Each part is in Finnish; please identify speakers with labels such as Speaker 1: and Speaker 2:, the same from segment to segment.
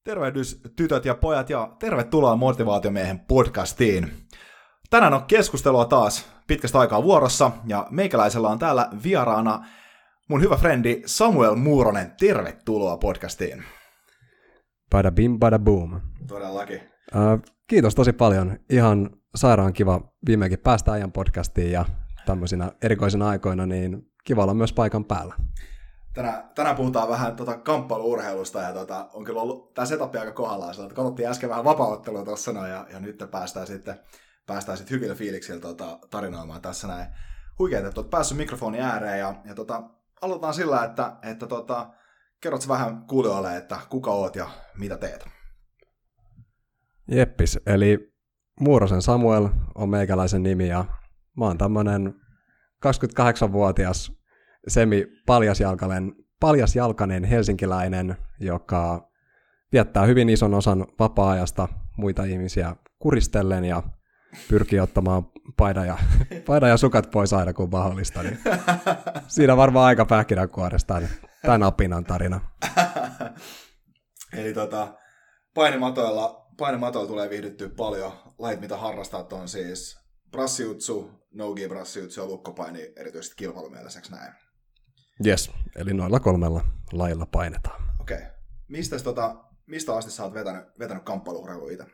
Speaker 1: Tervehdys tytöt ja pojat ja tervetuloa Motivaatiomiehen podcastiin. Tänään on keskustelua taas pitkästä aikaa vuorossa ja meikäläisellä on täällä vieraana mun hyvä frendi Samuel Muuronen. Tervetuloa podcastiin.
Speaker 2: Bada bim, bada boom.
Speaker 1: Todellakin.
Speaker 2: Kiitos tosi paljon. Ihan sairaan kiva viimeinkin päästä ajan podcastiin ja tämmöisinä erikoisina aikoina, niin kiva olla myös paikan päällä.
Speaker 1: Tänään puhutaan vähän kamppailu-urheilusta ja on kyllä ollut tämä setup aika kohdallaan. Katsottiin äsken vähän vapaa-ottelua tuossa ja nyt päästään sitten hyvillä fiiliksillä tarinoimaan tässä näin. Huikeeta, että olet päässyt mikrofonin ääreen ja aloitetaan sillä, että kerrotko vähän kuulijoille, että kuka oot ja mitä teet?
Speaker 2: Jeppis, eli Muurosen Samuel on meikäläisen nimi ja mä oon tämmönen 28-vuotias paljasjalkainen helsinkiläinen, joka viettää hyvin ison osan vapaa-ajasta muita ihmisiä kuristellen ja pyrkii ottamaan paidan ja sukat pois aina kun mahdollista. Niin siinä varmaan aika pähkinänkuoresta tämän apinan tarina.
Speaker 1: Eli painimatoilla tulee viihdyttyä paljon. Lajit, mitä harrastat, on siis brassijutsu, no-gi brassijutsu ja lukkopaini, erityisesti kilpailumieliseksi näin.
Speaker 2: Jes, eli noilla 3 lajilla painetaan.
Speaker 1: Okei. Mistä asti sä oot vetänyt kamppailuurheilua itse?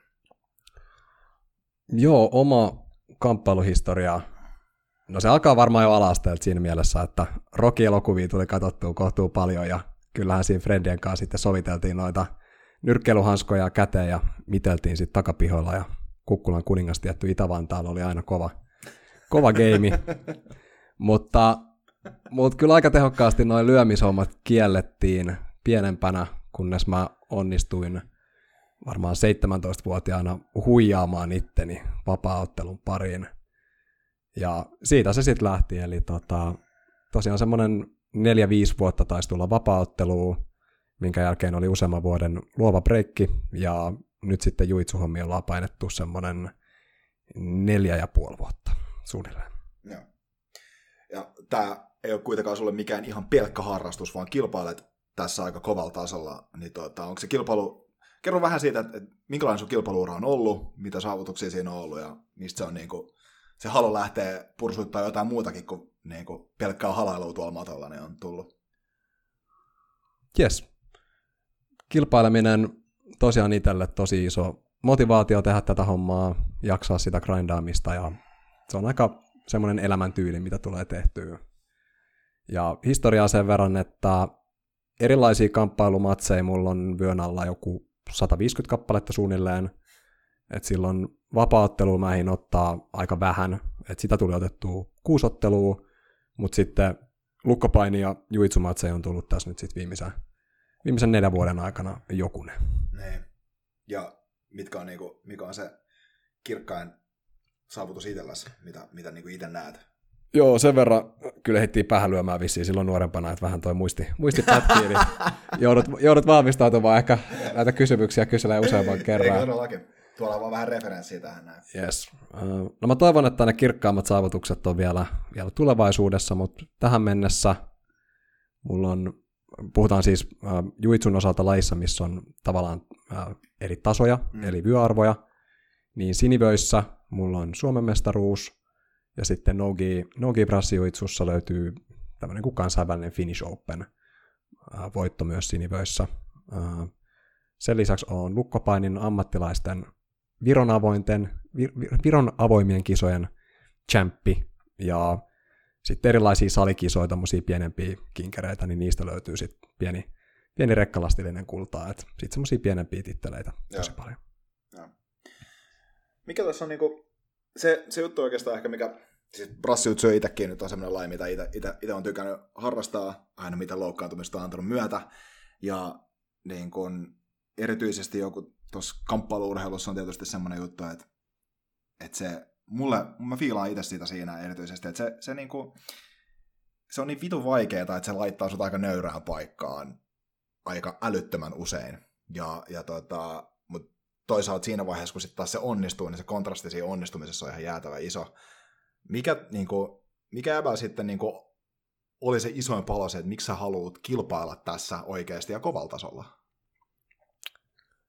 Speaker 2: Joo, oma kamppailuhistoria. No se alkaa varmaan jo ala-asteelta siinä mielessä, että Rocky-elokuvia tuli katsottua kohtuu paljon ja kyllähän siinä friendien kanssa sitten soviteltiin noita nyrkkeilyhanskoja käteen ja miteltiin sitten takapihoilla ja Kukkulan kuningas tietty Itä-Vantaalla oli aina kova geimi. Mutta kyllä aika tehokkaasti noin lyömishommat kiellettiin pienempänä, kunnes mä onnistuin varmaan 17-vuotiaana huijaamaan itteni vapaa-ottelun pariin. Ja siitä se sitten lähti, eli tosiaan semmoinen 4-5 vuotta taisi tulla vapaa-ottelua, minkä jälkeen oli useamman vuoden luova breikki, ja nyt sitten juitsuhommia ollaan painettu semmoinen 4,5 vuotta suunnilleen.
Speaker 1: Joo. Ja tämä ei ole kuitenkaan sulle mikään ihan pelkkä harrastus, vaan kilpailet tässä aika kovalla tasolla. Niin onko se kilpailu, kerro vähän siitä, että minkälainen sun kilpailuura on ollut, mitä saavutuksia siinä on ollut, ja mistä se on se halu lähtee pursuittaa jotain muutakin kuin pelkkää halailua tuolla matolla, niin on tullut.
Speaker 2: Jes. Kilpaileminen tosiaan itselle tosi iso motivaatio tehdä tätä hommaa, jaksaa sitä grindaamista, ja se on aika semmoinen elämäntyyli, mitä tulee tehtyä. Ja historiaa sen verran, että erilaisia kamppailumatseja mulla on vyön alla joku 150 kappaletta suunnilleen. Et silloin vapaa-ottelua mäihin ottaa aika vähän, että sitä tuli otettua 6 ottelua, mutta sitten lukkopaini ja juitsumatseja on tullut tässä nyt sitten viimeisen 4 vuoden aikana jokunen.
Speaker 1: Niin. Ja mikä on se kirkkain saavutus itselläsi, mitä itse näet?
Speaker 2: Joo, sen verran kyllä hittiin päähän lyömään vissiin silloin nuorempana, että vähän toi muisti pätkii, niin joudut valmistautumaan ehkä näitä kysymyksiä kyselee useamman kerran.
Speaker 1: Eikö todellakin? Tuolla on vaan vähän referenssiä tähän näin.
Speaker 2: Yes. No mä toivon, että ne kirkkaammat saavutukset on vielä tulevaisuudessa, mutta tähän mennessä puhutaan siis juitsun osalta lajissa, missä on tavallaan eri tasoja, eli vyöarvoja, niin sinivöissä mulla on Suomen mestaruus, ja sitten no-gi brassijuitsussa löytyy tämmöinen kuin kansainvälinen Finnish Open voitto myös sinivöissä. Sen lisäksi on lukkopainin ammattilaisten Viron avoimien kisojen champpi, ja sitten erilaisia salikisoja, tämmöisiä pienempiä kinkereitä, niin niistä löytyy sitten pieni rekkalastillinen kultaa, että sitten semmoisia pienempiä titteleitä tosi paljon.
Speaker 1: Ja. Mikä tässä on se juttu oikeastaan ehkä, mikä siis brassijutsu itsekin nyt on semmoinen laji, mitä itse on tykännyt harrastaa, aina mitä loukkaantumista on antanut myötä, ja erityisesti joku tuossa kamppailu-urheilussa on tietysti semmoinen juttu, että se mä fiilaan itse sitä siinä erityisesti, että se on niin vitun vaikeaa, että se laittaa sut aika nöyrään paikkaan aika älyttömän usein. Mutta toisaalta siinä vaiheessa, kun sitten taas se onnistuu, niin se kontrasti siinä onnistumisessa on ihan jäätävä iso. Mikä äbä sitten oli se isoin palo se, että miksi sä haluat kilpailla tässä oikeasti ja kovalla tasolla?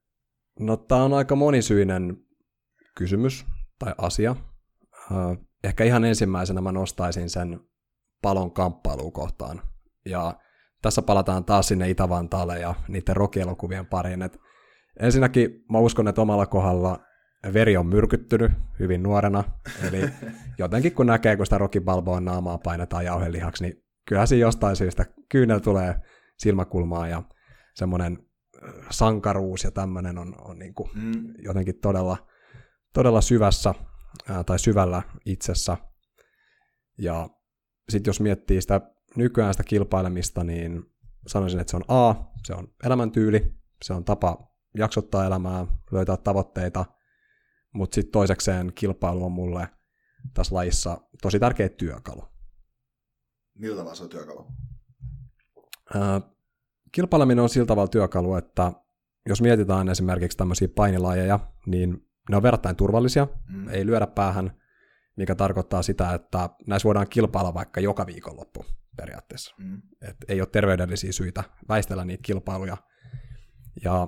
Speaker 2: No tämä on aika monisyinen kysymys tai asia. Ehkä ihan ensimmäisenä mä nostaisin sen Palon kamppailuun kohtaan. Ja tässä palataan taas sinne Itä-Vantaalle ja niiden Rocky-elokuvien pariin. Et ensinnäkin mä uskon, että omalla kohdalla veri on myrkyttynyt hyvin nuorena. Eli jotenkin kun näkee, kun sitä Rocky Balboan naamaa painetaan jauhelihaksi, niin kyllähän siinä jostain syystä kyynel tulee silmäkulmaan ja semmoinen sankaruus ja tämmöinen on niin kuin jotenkin todella syvässä tai syvällä itsessä. Ja sitten jos miettii sitä nykyään sitä kilpailemista, niin sanoisin, että se on elämäntyyli, se on tapa jaksottaa elämää, löytää tavoitteita, mutta sitten toisekseen kilpailu on mulle tässä lajissa tosi tärkeä työkalu.
Speaker 1: Millä tavalla se on työkalu?
Speaker 2: Kilpaileminen on sillä tavalla työkalu, että jos mietitään esimerkiksi tämmöisiä painilajeja, niin ne on verrattain turvallisia, ei lyödä päähän, mikä tarkoittaa sitä, että näissä voidaan kilpailla vaikka joka viikonloppu periaatteessa. Et ei ole terveydellisiä syitä väistellä niitä kilpailuja. Ja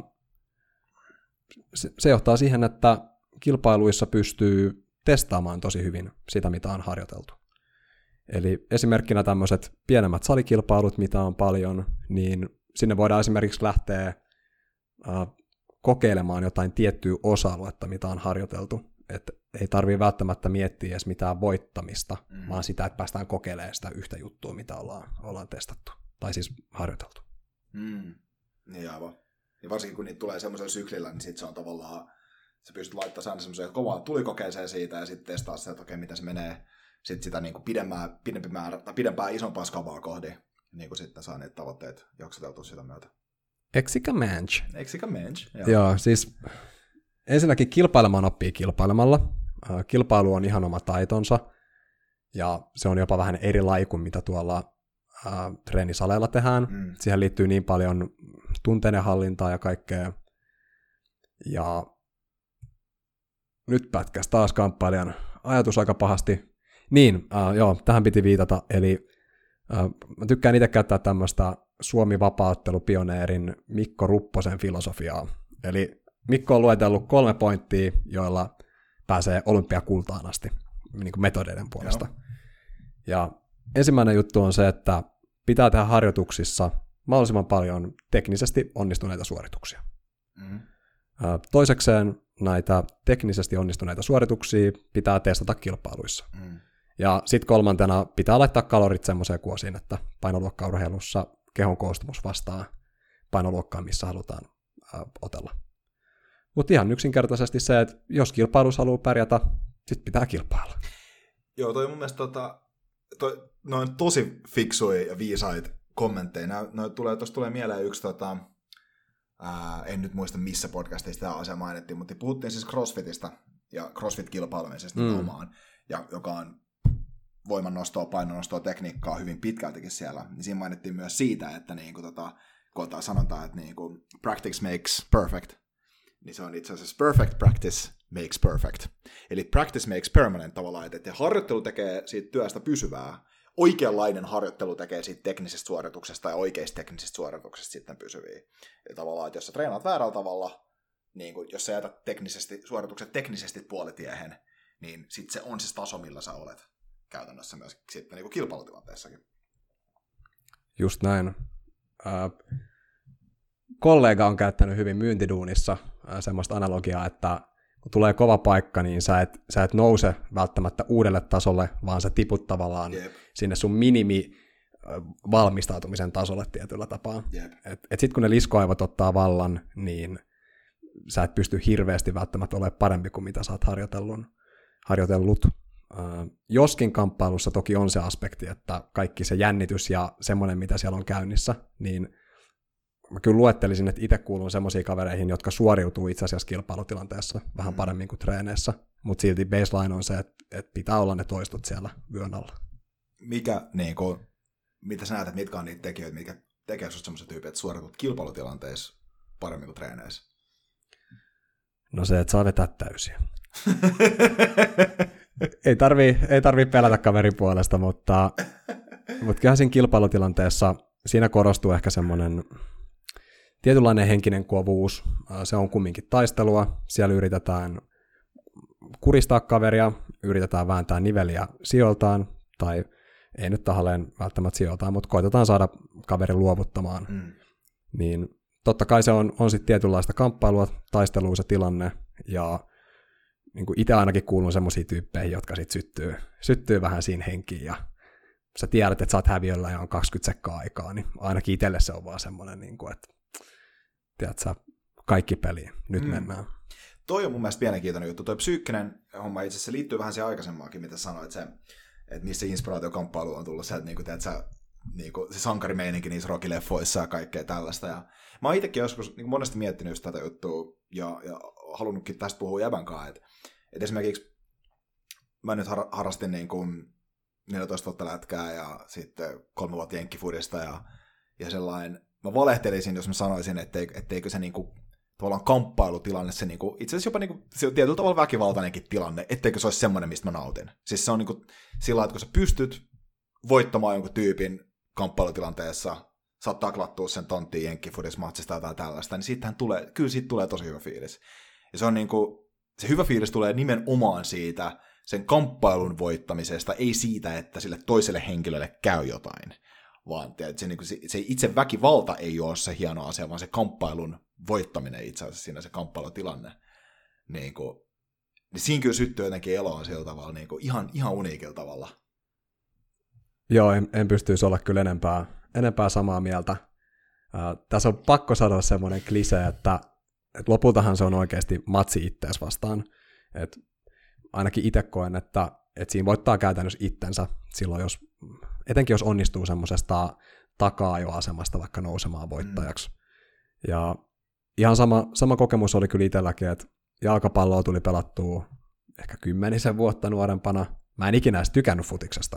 Speaker 2: se johtaa siihen, että kilpailuissa pystyy testaamaan tosi hyvin sitä, mitä on harjoiteltu. Eli esimerkkinä tämmöiset pienemmät salikilpailut, mitä on paljon, niin sinne voidaan esimerkiksi lähteä kokeilemaan jotain tiettyä osa-aluetta, mitä on harjoiteltu. Että ei tarvitse välttämättä miettiä edes mitään voittamista, vaan sitä, että päästään kokeilemaan sitä yhtä juttua, mitä ollaan testattu, tai siis harjoiteltu.
Speaker 1: Niin aivan. Ja varsinkin kun niitä tulee semmoisella syklillä, niin sitten se on tavallaan, sä pystyt laittamaan aina semmoiseen kovaan tulikokeeseen siitä, ja sitten testaa sitä, että okei, miten se menee, sitten sitä niin kuin pidempää isompaa skavaa kohdi, niin kuin sitten saa niitä tavoitteet jaksoteltua sitä myötä.
Speaker 2: Exika mensch.
Speaker 1: Joo,
Speaker 2: siis ensinnäkin kilpailemaan oppii kilpailemalla. Kilpailu on ihan oma taitonsa, ja se on jopa vähän eri laji kuin mitä tuolla treenisaleilla tehdään. Siihen liittyy niin paljon tunteiden hallintaa ja kaikkea. Ja nyt pätkäs taas kamppailijan ajatus aika pahasti. Niin, tähän piti viitata. Eli mä tykkään itse käyttää tämmöistä Suomi-vapaaottelupioneerin Mikko Rupposen filosofiaa. Eli Mikko on luetellut 3 pointtia, joilla pääsee olympiakultaan asti niin kuin metodeiden puolesta. Joo. Ja ensimmäinen juttu on se, että pitää tehdä harjoituksissa mahdollisimman paljon teknisesti onnistuneita suorituksia. Toisekseen näitä teknisesti onnistuneita suorituksia pitää testata kilpailuissa. Ja sitten kolmantena pitää laittaa kalorit semmoiseen kuosiin, että painoluokkaurheilussa kehon koostumus vastaa painoluokkaan, missä halutaan otella. Mutta ihan yksinkertaisesti se, että jos kilpailussa haluaa pärjätä, sitten pitää kilpailla.
Speaker 1: Joo, toi mun mielestä noin tosi fiksuja ja viisaita kommentteja. Tuossa tulee mieleen yksi, en nyt muista missä podcastissa tämä asia mainittiin, mutta puhuttiin siis CrossFitista ja CrossFit-kilpailemisesta nimenomaan, ja joka on voimannostoa, painonnostoa, tekniikkaa hyvin pitkältikin siellä. Niin siinä mainittiin myös siitä, että kun sanotaan, että practice makes perfect, niin se on itse asiassa perfect practice makes perfect. Eli practice makes permanent tavallaan, että harjoittelu tekee siitä työstä pysyvää. Oikeanlainen harjoittelu tekee siitä teknisestä suorituksesta ja oikeista teknisistä suorituksesta sitten pysyviä. Eli tavallaan, että jos sä treenaat väärällä tavalla, niin jos sä jätät suoritukset teknisesti puolitiehen, niin sitten se on se taso, millä sä olet käytännössä myös sitten niin kuin kilpailutilanteessakin.
Speaker 2: Just näin. Kollega on käyttänyt hyvin myyntiduunissa semmoista analogiaa, että kun tulee kova paikka, niin sä et nouse välttämättä uudelle tasolle, vaan sä tiput tavallaan sinne sun minimi valmistautumisen tasolle tietyllä tapaa. Et sit kun ne liskoaivot ottaa vallan, niin sä et pysty hirveästi välttämättä olemaan parempi kuin mitä sä oot harjoitellut. Joskin kamppailussa toki on se aspekti, että kaikki se jännitys ja semmoinen, mitä siellä on käynnissä, niin mä kyllä luettelisin, että itse kuulun semmoisiin kavereihin, jotka suoriutuu itse asiassa kilpailutilanteessa vähän paremmin kuin treeneissä, mutta silti baseline on se, että pitää olla ne toistot siellä vyön alla.
Speaker 1: Mitä sä näet, että mitkä on niitä tekijöitä, mitkä tekee susta semmoisia tyyppiä, että suoriutut kilpailutilanteessa paremmin kuin treeneissä?
Speaker 2: No se, että saa vetää täysiä. Ei tarvii pelätä kaverin puolesta, mutta kyllähän siinä kilpailutilanteessa siinä korostuu ehkä semmoinen tietynlainen henkinen kovuus, se on kumminkin taistelua, siellä yritetään kuristaa kaveria, yritetään vääntää niveliä sijoiltaan, tai ei nyt tahalleen välttämättä sijoiltaan, mutta koitetaan saada kaveri luovuttamaan. Niin totta kai se on sitten tietynlaista kamppailua, taistelua se tilanne, ja niin kuin itse ainakin kuulun semmoisiin tyyppeihin, jotka sitten syttyy vähän siinä henkiin, ja sä tiedät, että sä oot häviöllä ja on 20 sekkaa aikaa, niin ainakin itselle se on vaan semmoinen, niin kuin, että tiedät sä, kaikki peliin, nyt mennään.
Speaker 1: Toi on mun mielestä mielenkiintoinen juttu. Toi psyykkinen homma itse asiassa liittyy vähän siihen aikaisemmaakin, mitä sanoit, että missä inspiraatiokamppailu on tullut se, että niinku, se sankarimeininki niissä rockileffoissa ja kaikkea tällaista. Ja mä oon itsekin joskus niin monesti miettinyt just tätä juttua ja halunnutkin tästä puhua jäbän kanssa, että esimerkiksi mä nyt harrastin niin kuin 14 vuotta lätkää ja sitten 3 vuotta jenkkifudista ja sellainen, mä valehtelisin, jos mä sanoisin, etteikö se niinku tavallaan kamppailutilanne, se niinku, itse asiassa jopa niinku, se on tietyllä tavalla väkivaltainenkin tilanne, etteikö se olisi semmoinen, mistä mä nautin. Siis se on niinku sillä, että kun sä pystyt voittamaan jonkun tyypin kamppailutilanteessa, saat taklattua sen tonttiin jenkkifudismatsista tai tällaista, niin siitä tulee tosi hyvä fiilis. Ja se on niinku, se hyvä fiilis tulee nimenomaan siitä sen kamppailun voittamisesta, ei siitä, että sille toiselle henkilölle käy jotain, vaan se itse väkivalta ei ole se hieno asia, vaan se kamppailun voittaminen itse asiassa siinä se kamppailutilanne. Niin siinä kyllä syttyy jotenkin eloa sillä tavalla, niin ihan uniikilla tavalla.
Speaker 2: Joo, en pystyisi olla kyllä enempää samaa mieltä. Tässä on pakko sanoa semmoinen klise, että lopultahan se on oikeasti matsi ittees vastaan. Et ainakin itse koen, että siinä voittaa käytännössä itsensä silloin, etenkin jos onnistuu semmoisesta taka-ajoasemasta vaikka nousemaan voittajaksi. Ja ihan sama kokemus oli kyllä itselläkin, että jalkapalloa tuli pelattua ehkä 10 vuotta nuorempana. Mä en ikinä edes tykännyt futiksesta.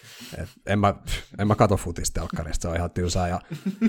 Speaker 2: En mä katso futista telkkarista, se on ihan tylsää. Ja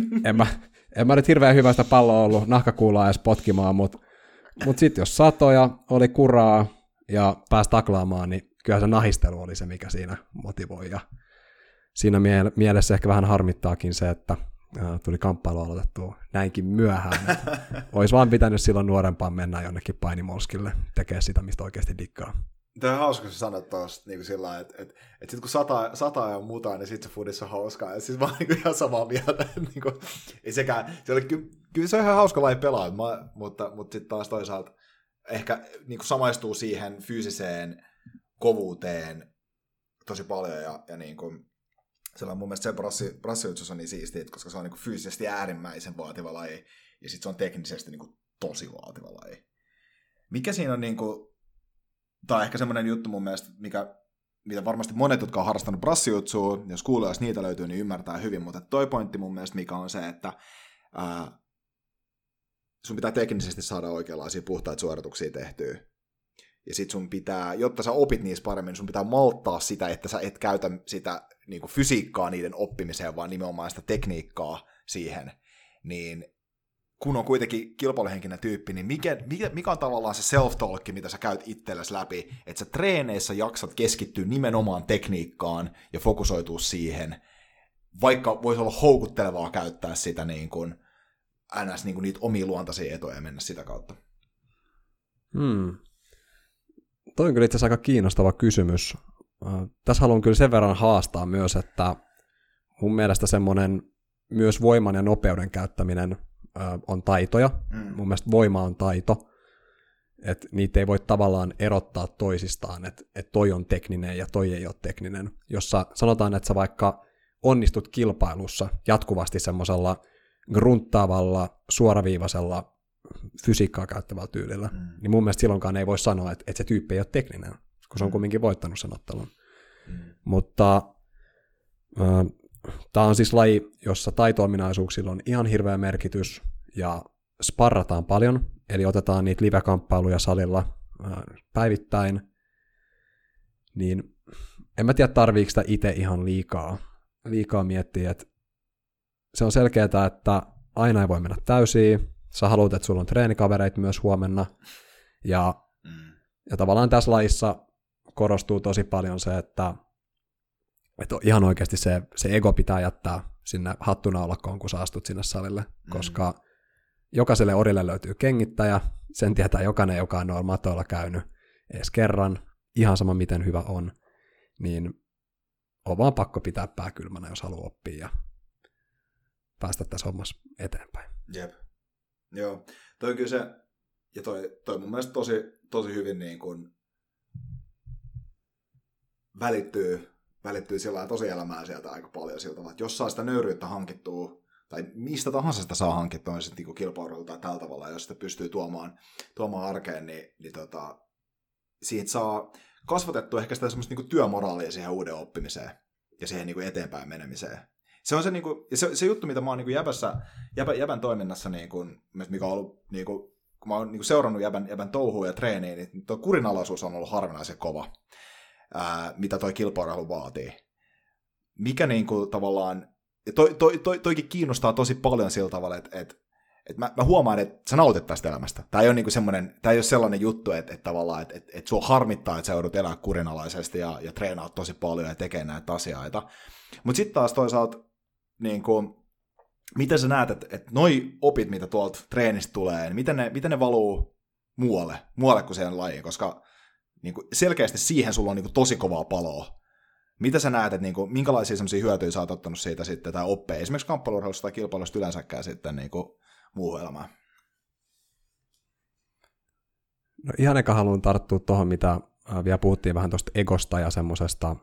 Speaker 2: en mä nyt hirveän hyvästä palloa ollut nahkakuulaa edes potkimaan, mutta sitten jos satoja oli kuraa ja pääsi taklaamaan, niin kyllä se nahistelu oli se, mikä siinä motivoi. Ja siinä mielessä ehkä vähän harmittaakin se, että tuli kamppailu aloitettua näinkin myöhään. Olisi vaan pitänyt silloin nuorempaan mennä jonnekin painimolskille tekemään sitä, mistä oikeasti dikkaa.
Speaker 1: Tämä on hauska, kun sä sanot tuosta niin sillä lailla, että sitten kun sataa ja muuta, niin sitten se foodissa on hauskaa. Ja siis mä oon niin ihan samaa mieltä. Niin kuin, ei sekään, kyllä se on ihan hauska laji pelaa, mutta sitten taas toisaalta ehkä niin kuin samaistuu siihen fyysiseen kovuuteen tosi paljon. Ja niin kuin, sellainen mun mielestä se brassijutsus on niin siistiä, koska se on niin kuin fyysisesti äärimmäisen vaativa laji. Ja sitten se on teknisesti niin kuin tosi vaativa laji. Mikä siinä on niin kuin, tämä on ehkä semmoinen juttu mun mielestä, mitä varmasti monet, jotka on harrastanut brassijutsua, jos kuulee, jos niitä löytyy, niin ymmärtää hyvin, mutta toi pointti mun mielestä, mikä on se, että sun pitää teknisesti saada oikeanlaisia puhtaita suorituksia tehtyä. Ja sit sun pitää, jotta sä opit niissä paremmin, sun pitää malttaa sitä, että sä et käytä sitä niin kuin fysiikkaa niiden oppimiseen, vaan nimenomaan sitä tekniikkaa siihen, niin kun on kuitenkin kilpailuhenkinen tyyppi, niin mikä on tavallaan se self-talk, mitä sä käyt itsellesi läpi, että sä treeneissä jaksat keskittyä nimenomaan tekniikkaan ja fokusoitua siihen, vaikka voisi olla houkuttelevaa käyttää sitä niin kuin ns. Niin kuin niitä omia luontaisia etuja ja mennä sitä kautta.
Speaker 2: Toi on kyllä itse asiassa aika kiinnostava kysymys. Tässä haluan kyllä sen verran haastaa myös, että mun mielestä semmoinen myös voiman ja nopeuden käyttäminen on taitoja. Mun mielestä voima on taito, että niitä ei voi tavallaan erottaa toisistaan, että toi on tekninen ja toi ei ole tekninen. Jos sanotaan, että sä vaikka onnistut kilpailussa jatkuvasti semmoisella grunttaavalla, suoraviivaisella fysiikkaa käyttävällä tyylillä, niin mun mielestä silloinkaan ei voi sanoa, että se tyyppi ei ole tekninen, kun se on kumminkin voittanut sen ottelun. Mutta tämä on siis laji, jossa taito-ominaisuuksilla on ihan hirveä merkitys ja sparrataan paljon, eli otetaan niitä live-kamppailuja salilla päivittäin, niin en mä tiedä tarviiko sitä itse ihan liikaa miettiä, että se on selkeää, että aina ei voi mennä täysiin, sä haluat, että sulla on treenikavereita myös huomenna, ja tavallaan tässä lajissa korostuu tosi paljon se, että ihan oikeasti se ego pitää jättää sinne hattunaulakkoon, kun sä astut sinne salille, koska jokaiselle orille löytyy kengittäjä, sen tietää jokainen, joka on noilla matoilla käynyt edes kerran, ihan sama miten hyvä on, niin on vaan pakko pitää pää kylmänä, jos haluaa oppia ja päästä tässä hommassa eteenpäin.
Speaker 1: Jep. Joo, toi on kyllä se, ja toi mun mielestä tosi hyvin niin kuin välittyy sillä lailla tosielämään sieltä aika paljon siltä, että jos saa sitä nöyryyttä hankittua, tai mistä tahansa sitä saa hankittua, niin sitten niin kilpailulla tai tällä tavalla, jos sitä pystyy tuomaan arkeen, niin siitä saa kasvatettua ehkä sitä semmoista niin työmoraalia siihen uuden oppimiseen ja siihen niin eteenpäin menemiseen. Se on se, niin kuin, se juttu, mitä mä oon niin jäbän toiminnassa, niin kuin, mikä on ollut, niin kuin, kun mä oon niin seurannut jäbän touhua ja treeniä, niin tuo kurinalaisuus on ollut harvinaisen kova, mitä toi kilpaurheilu vaatii. Mikä niin kuin, tavallaan, ja toikin kiinnostaa tosi paljon sillä tavalla, että mä huomaan, että sä nautit tästä elämästä. Tämä ei ole sellainen juttu, että tavallaan, että sua harmittaa, että sä joudut elää kurinalaisesti ja treenaat tosi paljon ja tekee näitä asioita. Mutta sitten taas toisaalta, niin kuin, miten sä näet, että noi opit, mitä tuolta treenistä tulee, niin miten ne valuu muualle kuin siihen lajiin, koska niin kuin, selkeästi siihen sulla on niin kuin, tosi kovaa paloa. Mitä sä näet, että niin kuin, minkälaisia sellaisia hyötyjä sä oot ottanut siitä sitten, tai oppeja, esimerkiksi kamppailurheilusta tai kilpailusta yleensäkään sitten niin kuin, muuhun elämään?
Speaker 2: No ihan eka haluan tarttua tuohon, mitä vielä puhuttiin vähän tuosta egosta ja semmosesta,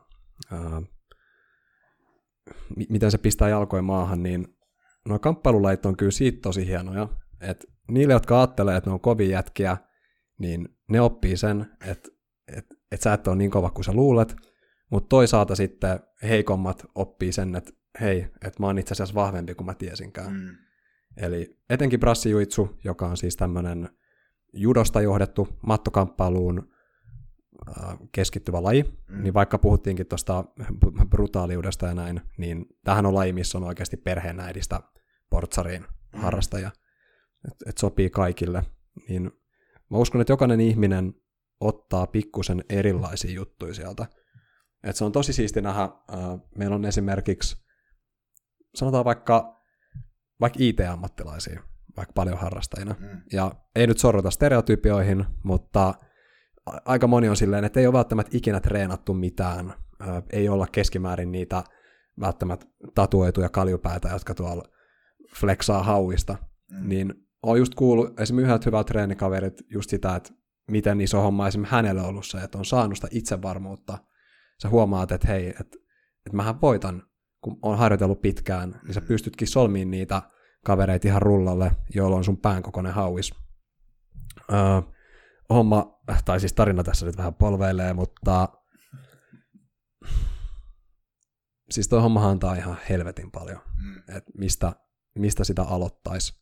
Speaker 2: miten se pistää jalkojen maahan, niin nuo kamppailulajit on kyllä siitä tosi hienoja, että niille, jotka ajattelee, että ne on kovia jätkiä, niin ne oppii sen, että sä et ole niin kova kuin sä luulet, mutta toisaalta sitten heikommat oppii sen, että hei, että mä oon itse asiassa vahvempi kuin mä tiesinkään. Mm. Eli etenkin brassijuitsu, joka on siis tämmöinen judosta johdettu mattokamppailuun keskittyvä laji, niin vaikka puhuttiinkin tuosta brutaaliudesta ja näin, niin tämähän on laji, missä on oikeasti perheenäidistä portsariin harrastajia. Et sopii kaikille. Niin mä uskon, että jokainen ihminen ottaa pikkusen erilaisia juttuja sieltä. Et se on tosi siisti nähdä. Meillä on esimerkiksi, sanotaan vaikka IT-ammattilaisia, vaikka paljon harrastajina. Ja ei nyt sorruta stereotypioihin, mutta aika moni on silleen, että ei ole välttämättä ikinä treenattu mitään. Ei olla keskimäärin niitä välttämättä tatuoituja kaljupäätä, jotka tuolla flexaa hauista. Niin on just kuullut esimerkiksi yhdeltä hyvältä treenikaverit just sitä, että miten iso homma esimerkiksi hänelle on ollut se, että on saanut sitä itsevarmuutta. Sä huomaat, että hei, että mähän voitan, kun on harjoitellut pitkään, niin sä pystytkin solmiin niitä kavereita ihan rullalle, joilla on sun pään kokoinen hauis. Homma, tai siis tarina tässä nyt vähän polveilee, mutta siis toi hommahan antaa ihan helvetin paljon, että mistä sitä aloittaisi.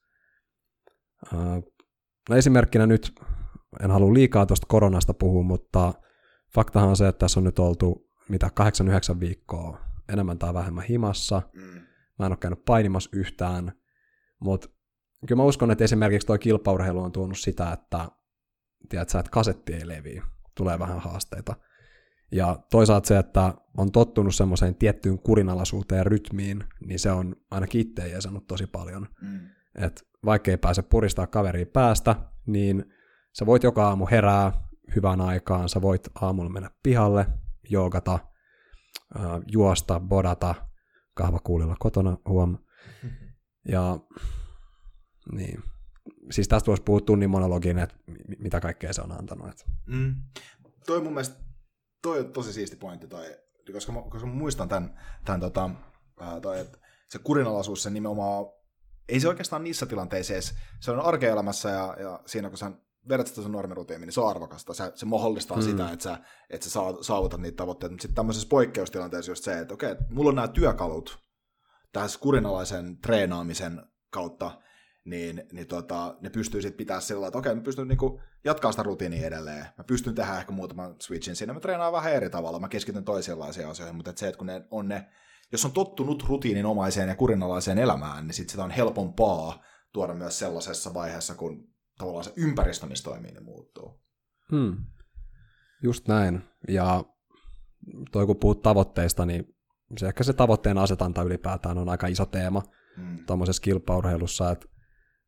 Speaker 2: No esimerkkinä nyt, en halua liikaa tuosta koronasta puhua, mutta faktahan on se, että tässä on nyt oltu 8-9 viikkoa enemmän tai vähemmän himassa. Mä en ole käynyt painimassa yhtään, mutta kyllä mä uskon, että esimerkiksi tuo kilpaurheilu on tuonut sitä, että tiedätkö, että kasetti ei leviä, tulee vähän haasteita. Ja toisaalta se, että on tottunut semmoiseen tiettyyn kurinalaisuuteen ja rytmiin, niin se on ainakin itse jeesannut tosi paljon. Että vaikka ei pääse puristaa kaveria päästä, niin sä voit joka aamu herää hyvään aikaan, sä voit aamulla mennä pihalle, joogata, juosta, bodata, kahvakuulilla kotona, huom. Ja niin, siis tästä voisi puhua tunnin monologiin, että mitä kaikkea se on antanut.
Speaker 1: Toi mun mielestä, toi on tosi siisti pointti, koska mä muistan tämän että se kurinalaisuus, se nimenomaan, ei se oikeastaan niissä tilanteissa edes, se on arkeelämässä ja siinä kun sä vedät sitä sun normirutiimiin, niin se on arvokasta. Se mahdollistaa sitä, että sä saavutat niitä tavoitteita. Mutta sitten tämmöisessä poikkeustilanteessa just se, että okei, mulla on nämä työkalut tässä kurinalaisen treenaamisen kautta, niin ne pystyy sitten pitää sillä että okei, mä pystyn niinku jatkaa sitä rutiinia edelleen. Mä pystyn tehdä ehkä muutaman switchin siinä. Mä treenaan vähän eri tavalla. Mä keskityn toisenlaisiin asioihin, mutta se, että kun jos on tottunut rutiininomaiseen ja kurinalaiseen elämään, niin sitten sitä on helpompaa tuoda myös sellaisessa vaiheessa, kun tavallaan se ympäristö, missä toimii, niin muuttuu.
Speaker 2: Just näin. Ja toi kun puhut tavoitteista, niin ehkä se tavoitteen asetanta ylipäätään on aika iso teema tuommoisessa kilpaurheilussa, että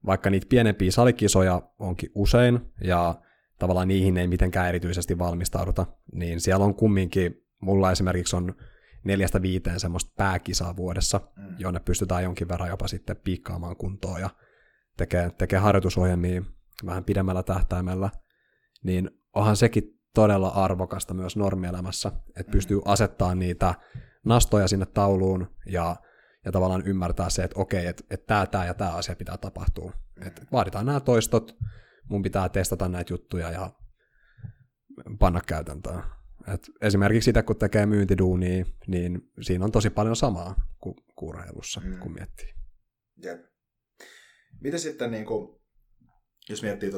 Speaker 2: vaikka niitä pienempiä salikisoja onkin usein, ja tavallaan niihin ei mitenkään erityisesti valmistauduta, niin siellä on kumminkin, mulla esimerkiksi on 4-5 semmoista pääkisaa vuodessa, jonne pystytään jonkin verran jopa sitten piikkaamaan kuntoon ja tekee harjoitusohjelmia vähän pidemmällä tähtäimellä, niin onhan sekin todella arvokasta myös normielämässä, että pystyy asettamaan niitä nastoja sinne tauluun ja tavallaan ymmärtää se, että okei, että tämä ja tämä asia pitää tapahtua. Että vaaditaan nämä toistot, mun pitää testata näitä juttuja ja panna käytäntöön. Et esimerkiksi sitä, kun tekee myyntiduunia, niin siinä on tosi paljon samaa kuin urheilussa, kun miettii.
Speaker 1: Jep. Miten sitten, niin kuin, jos miettii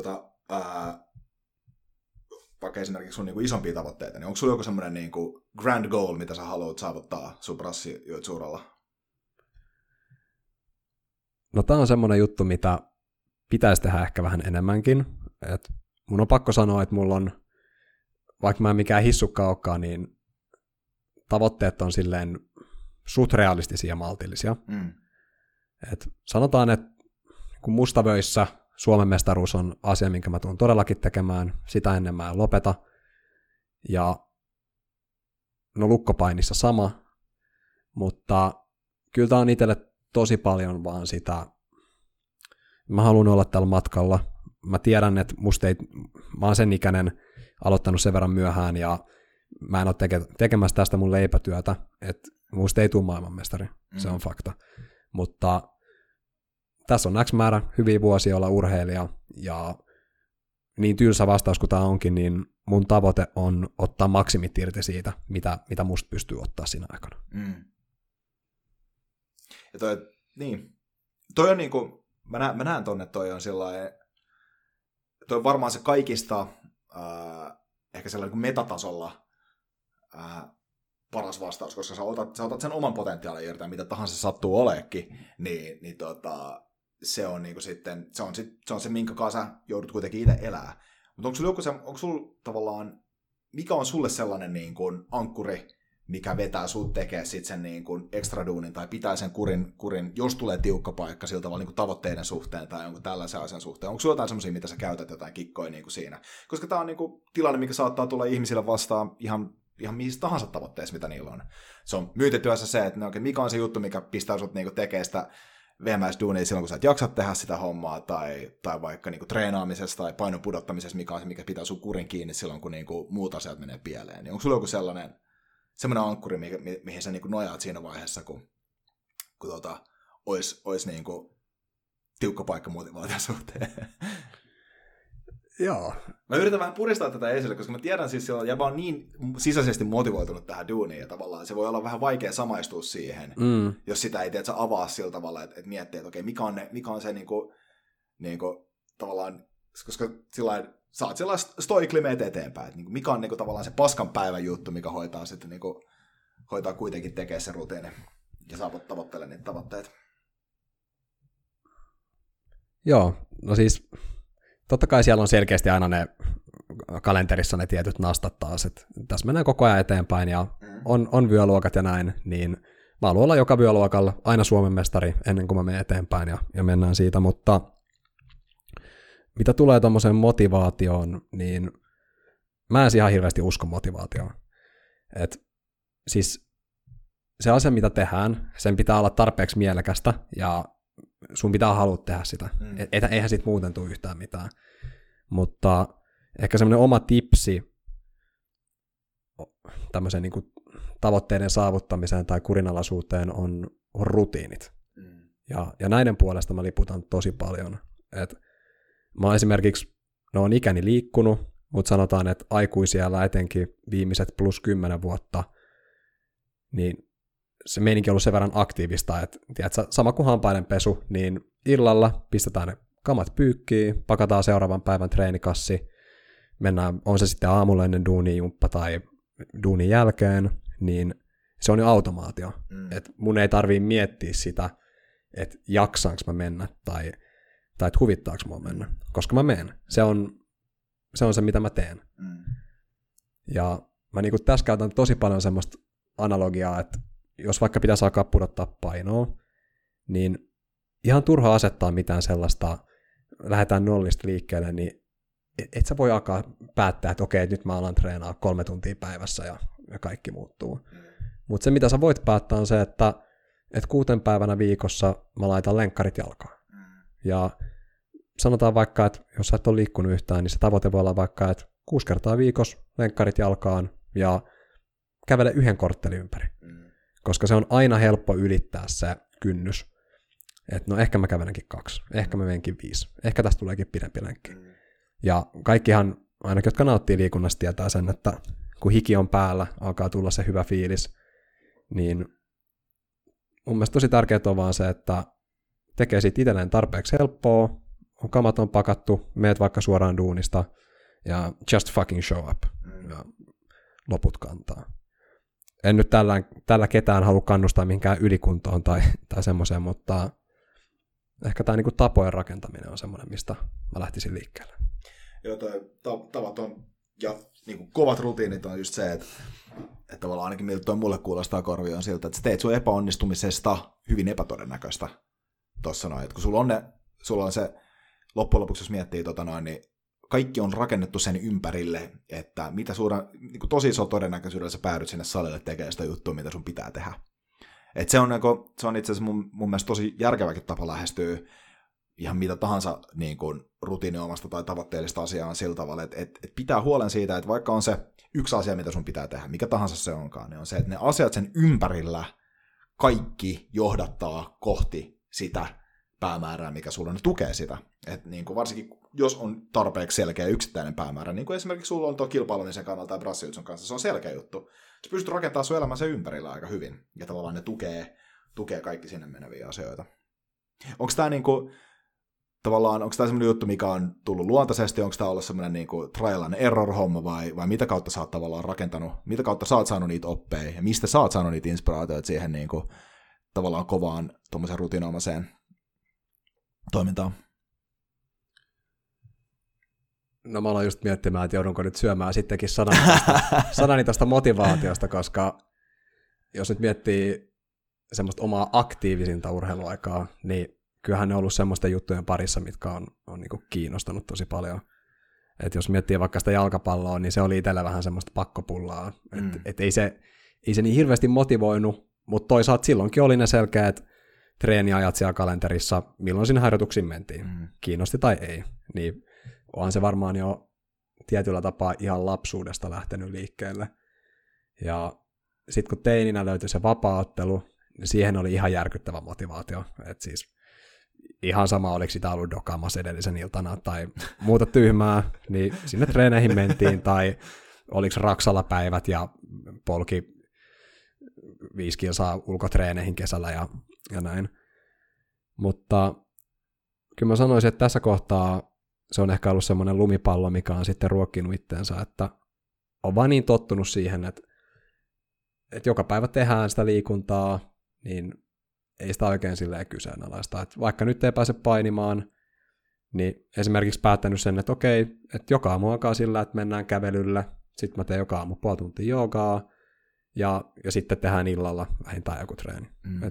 Speaker 1: vaikka esimerkiksi sun niin kuin isompia tavoitteita, niin onko sulla joku semmoinen niin kuin grand goal, mitä sä haluat saavuttaa sun brassijoitsuuralla?
Speaker 2: No tää on semmoinen juttu, mitä pitäisi tehdä ehkä vähän enemmänkin. Et mun on pakko sanoa, että mulla on, vaikka mä en mikään hissukka olekaan, niin tavoitteet on silleen suht realistisia ja maltillisia. Et sanotaan, että kun Mustavöissä Suomen mestaruus on asia, minkä mä tuun todellakin tekemään, sitä ennen mä en lopeta. Ja no lukkopainissa sama, mutta kyllä tää on itselle tosi paljon vaan sitä, mä haluan olla tällä matkalla. Mä tiedän, että mä oon sen ikäinen aloittanut sen verran myöhään ja mä en ole tekemässä tästä mun leipätyötä, että musta ei tule maailmanmestari, se on fakta. Mutta tässä on X määrä hyviä vuosia olla urheilija ja niin tylsä vastaus kuin tämä onkin, niin mun tavoite on ottaa maksimit irti siitä, mitä musta pystyy ottaa siinä aikana.
Speaker 1: Ja toi on niinku, mä näen tonne, toi on sellainen, toi on varmaan se kaikista ehkä sellainen metatasolla paras vastaus, koska sä otat sen oman potentiaalin irti, mitä tahansa sattuu oleekin, niin se on niinku sitten, se on se, minkä kanssa sä joudut kuitenkin itse elää. Mutta onko sulla tavallaan, mikä on sulle sellainen niin kuin ankkuri, mikä vetää sut tekee sitten sen niin kuin extra duunin tai pitää sen kurin, jos tulee tiukka paikka sillä tavalla niin kuin tavoitteiden suhteen tai jonkun tällaisen asian suhteen. Onko sulla jotain semmoisia, mitä sä käytät jotain kikkoja niin kuin siinä? Koska tämä on niin kuin tilanne, mikä saattaa tulla ihmisille vastaan ihan missä tahansa tavoitteessa, mitä niillä on. Se on myyntityössä se, että mikä on se juttu, mikä pistää sut niin kuin tekemään sitä VMS-duunia silloin, kun sä et jaksa tehdä sitä hommaa, tai vaikka niinku treenaamisessa tai painon pudottamisessa, mikä on se, mikä pitää sun kurin kiinni silloin, kun niinku muut asiat menee pieleen. Niin onko sulla joku semmoinen ankkuri, mihin sä niinku nojaat siinä vaiheessa, kun olisi niinku tiukka paikka motivaation suhteen?
Speaker 2: Joo.
Speaker 1: Mä yritän vähän puristaa tätä esille, koska mä tiedän siis silloin, että on niin sisäisesti motivoitunut tähän duuniin, ja tavallaan se voi olla vähän vaikea samaistua siihen, jos sitä ei tiedä, avaa sillä tavalla, että miettii, että okei, mikä on se niinku tavallaan, koska sillain, sä oot sellainen stoikli meet eteenpäin, että mikä on niinku tavallaan se paskan päivän juttu, mikä hoitaa sitten hoitaa kuitenkin tekee se rutiini ja saavut tavoittele niitä tavoitteita.
Speaker 2: Joo, no siis totta kai siellä on selkeästi aina ne kalenterissa ne tietyt nastat taas, että tässä mennään koko ajan eteenpäin ja on vyöluokat ja näin, niin mä haluan olla joka vyöluokalla aina Suomen mestari ennen kuin mä menen eteenpäin ja mennään siitä, mutta mitä tulee tommoseen motivaatioon, niin mä en ihan hirveästi usko motivaatioon. Et siis se asia, mitä tehdään, sen pitää olla tarpeeksi mielekästä ja sun pitää halua tehdä sitä. Eihän siitä muuten tule yhtään mitään. Mutta ehkä semmoinen oma tipsi tämmöiseen niin kuin tavoitteiden saavuttamiseen tai kurinalaisuuteen on rutiinit. Ja näiden puolesta mä liputan tosi paljon. Et mä oon esimerkiksi, on ikäni liikkunut, mutta sanotaan, että aikuisiellä etenkin viimeiset plus 10 vuotta, niin se meininki on ollut sen verran aktiivista, että tiedätkö, sama kuin hampaiden pesu, niin illalla pistetään ne kamat pyykkiin, pakataan seuraavan päivän treenikassi, mennään, on se sitten aamulla ennen duunijumppa tai duunin jälkeen, niin se on jo automaatio. Että mun ei tarvii miettiä sitä, että jaksaanko mä mennä tai että huvittaako mua mennä, koska mä menen. Se on se, mitä mä teen. Ja mä niinku tässä käytän tosi paljon semmoista analogiaa, että jos vaikka pitäisi alkaa pudottaa painoa, niin ihan turha asettaa mitään sellaista lähdetään nollista liikkeelle, niin et sä voi alkaa päättää, että okei, nyt mä alan treenaa 3 tuntia päivässä ja kaikki muuttuu. Mutta se, mitä sä voit päättää, on se, että 6 päivänä viikossa mä laitan lenkkarit jalkaan. Ja sanotaan vaikka, että jos sä et ole liikkunut yhtään, niin se tavoite voi olla vaikka, että 6 kertaa viikossa lenkkarit jalkaan ja kävele 1 korttelin ympäri. Koska se on aina helppo ylittää se kynnys. Että no ehkä mä kävelenkin 2, ehkä mä menenkin 5, ehkä tästä tuleekin pidempi lenkki. Ja kaikkihan, ainakin jotka nauttii liikunnasta, tietää sen, että kun hiki on päällä, alkaa tulla se hyvä fiilis, niin mun mielestä tosi tärkeää on vaan se, että tekee siitä itselleen tarpeeksi helppoa, on kamat on pakattu, meet vaikka suoraan duunista, ja just fucking show up, ja loput kantaa. En nyt tällä ketään halua kannustaa mihinkään ylikuntoon tai semmoiseen, mutta ehkä tämä niinku tapojen rakentaminen on semmoinen, mistä mä lähtisin liikkeelle.
Speaker 1: Joo, tavat on, ja niinku kovat rutiinit on just se, että tavallaan ainakin miltä toi mulle kuulostaa korviin on siltä, että sä teet sun epäonnistumisesta hyvin epätodennäköistä tuossa noin. Että kun sulla on se, loppujen lopuksi jos miettii niin kaikki on rakennettu sen ympärille, että mitä niin tosi iso todennäköisyydellä sä päädyt sinne salille tekemään sitä juttua, mitä sun pitää tehdä. Et se on itse asiassa mun mielestä tosi järkeväkin tapa lähestyä ihan mitä tahansa niin kuin rutiiniomasta tai tavoitteellista asiaa sillä tavalla, että pitää huolen siitä, että vaikka on se yksi asia, mitä sun pitää tehdä, mikä tahansa se onkaan, niin on se, että ne asiat sen ympärillä kaikki johdattaa kohti sitä päämäärää, mikä sulla tukee sitä. Että niin kuin varsinkin, jos on tarpeeksi selkeä yksittäinen päämäärä, niin kuin esimerkiksi sulla on tuo kilpailemisen kannalta tai brassijutsun kanssa, se on selkeä juttu. Sä pystyt rakentamaan sun elämän sen ympärillä aika hyvin, ja tavallaan ne tukee kaikki sinne meneviä asioita. Onko tämä niinku, tavallaan, onko tämä semmoinen juttu, mikä on tullut luontaisesti, onko tämä ollut semmoinen niinku trial and error homma, vai mitä kautta sä oot tavallaan rakentanut, mitä kautta sä oot saanut niitä oppeja, ja mistä sä oot saanut niitä inspiraatioita siihen niinku, tavallaan kovaan tuommoisen rutiinoimaseen toimintaan?
Speaker 2: No mä aloin just miettimään, että joudunko nyt syömään sittenkin sanani tästä motivaatiosta, koska jos nyt miettii semmoista omaa aktiivisinta urheiluaikaa, niin kyllähän ne on ollut semmoisten juttujen parissa, mitkä on niinku kiinnostanut tosi paljon. Et jos miettii vaikka sitä jalkapalloa, niin se oli itsellä vähän semmoista pakkopullaa. Et ei se niin hirveästi motivoinut, mutta toisaalta silloinkin oli ne selkeät treeniajat siellä kalenterissa, milloin sinne harjoituksiin mentiin. Kiinnosti tai ei. Niin onhan se varmaan jo tietyllä tapaa ihan lapsuudesta lähtenyt liikkeelle. Ja sitten kun teininä löytyi se vapaa-ottelu, niin siihen oli ihan järkyttävä motivaatio. Et siis ihan sama, oliko sitä ollut dokaamassa edellisen iltana tai muuta tyhmää, niin sinne treeneihin mentiin, tai oliko Raksalla päivät ja polki 5 kilsaa ulkotreeneihin kesällä ja näin. Mutta kyllä mä sanoisin, että tässä kohtaa se on ehkä ollut semmoinen lumipallo, mikä on sitten ruokkinut itteensä, että on vaan niin tottunut siihen, että joka päivä tehdään sitä liikuntaa, niin ei sitä oikein silleen kyseenalaista. Että vaikka nyt ei pääse painimaan, niin esimerkiksi päättänyt sen, että okei, että joka aamu alkaa sillä, että mennään kävelylle, sitten mä teen joka aamu 0,5 tuntia joogaa, ja sitten tehdään illalla vähintään joku treeni.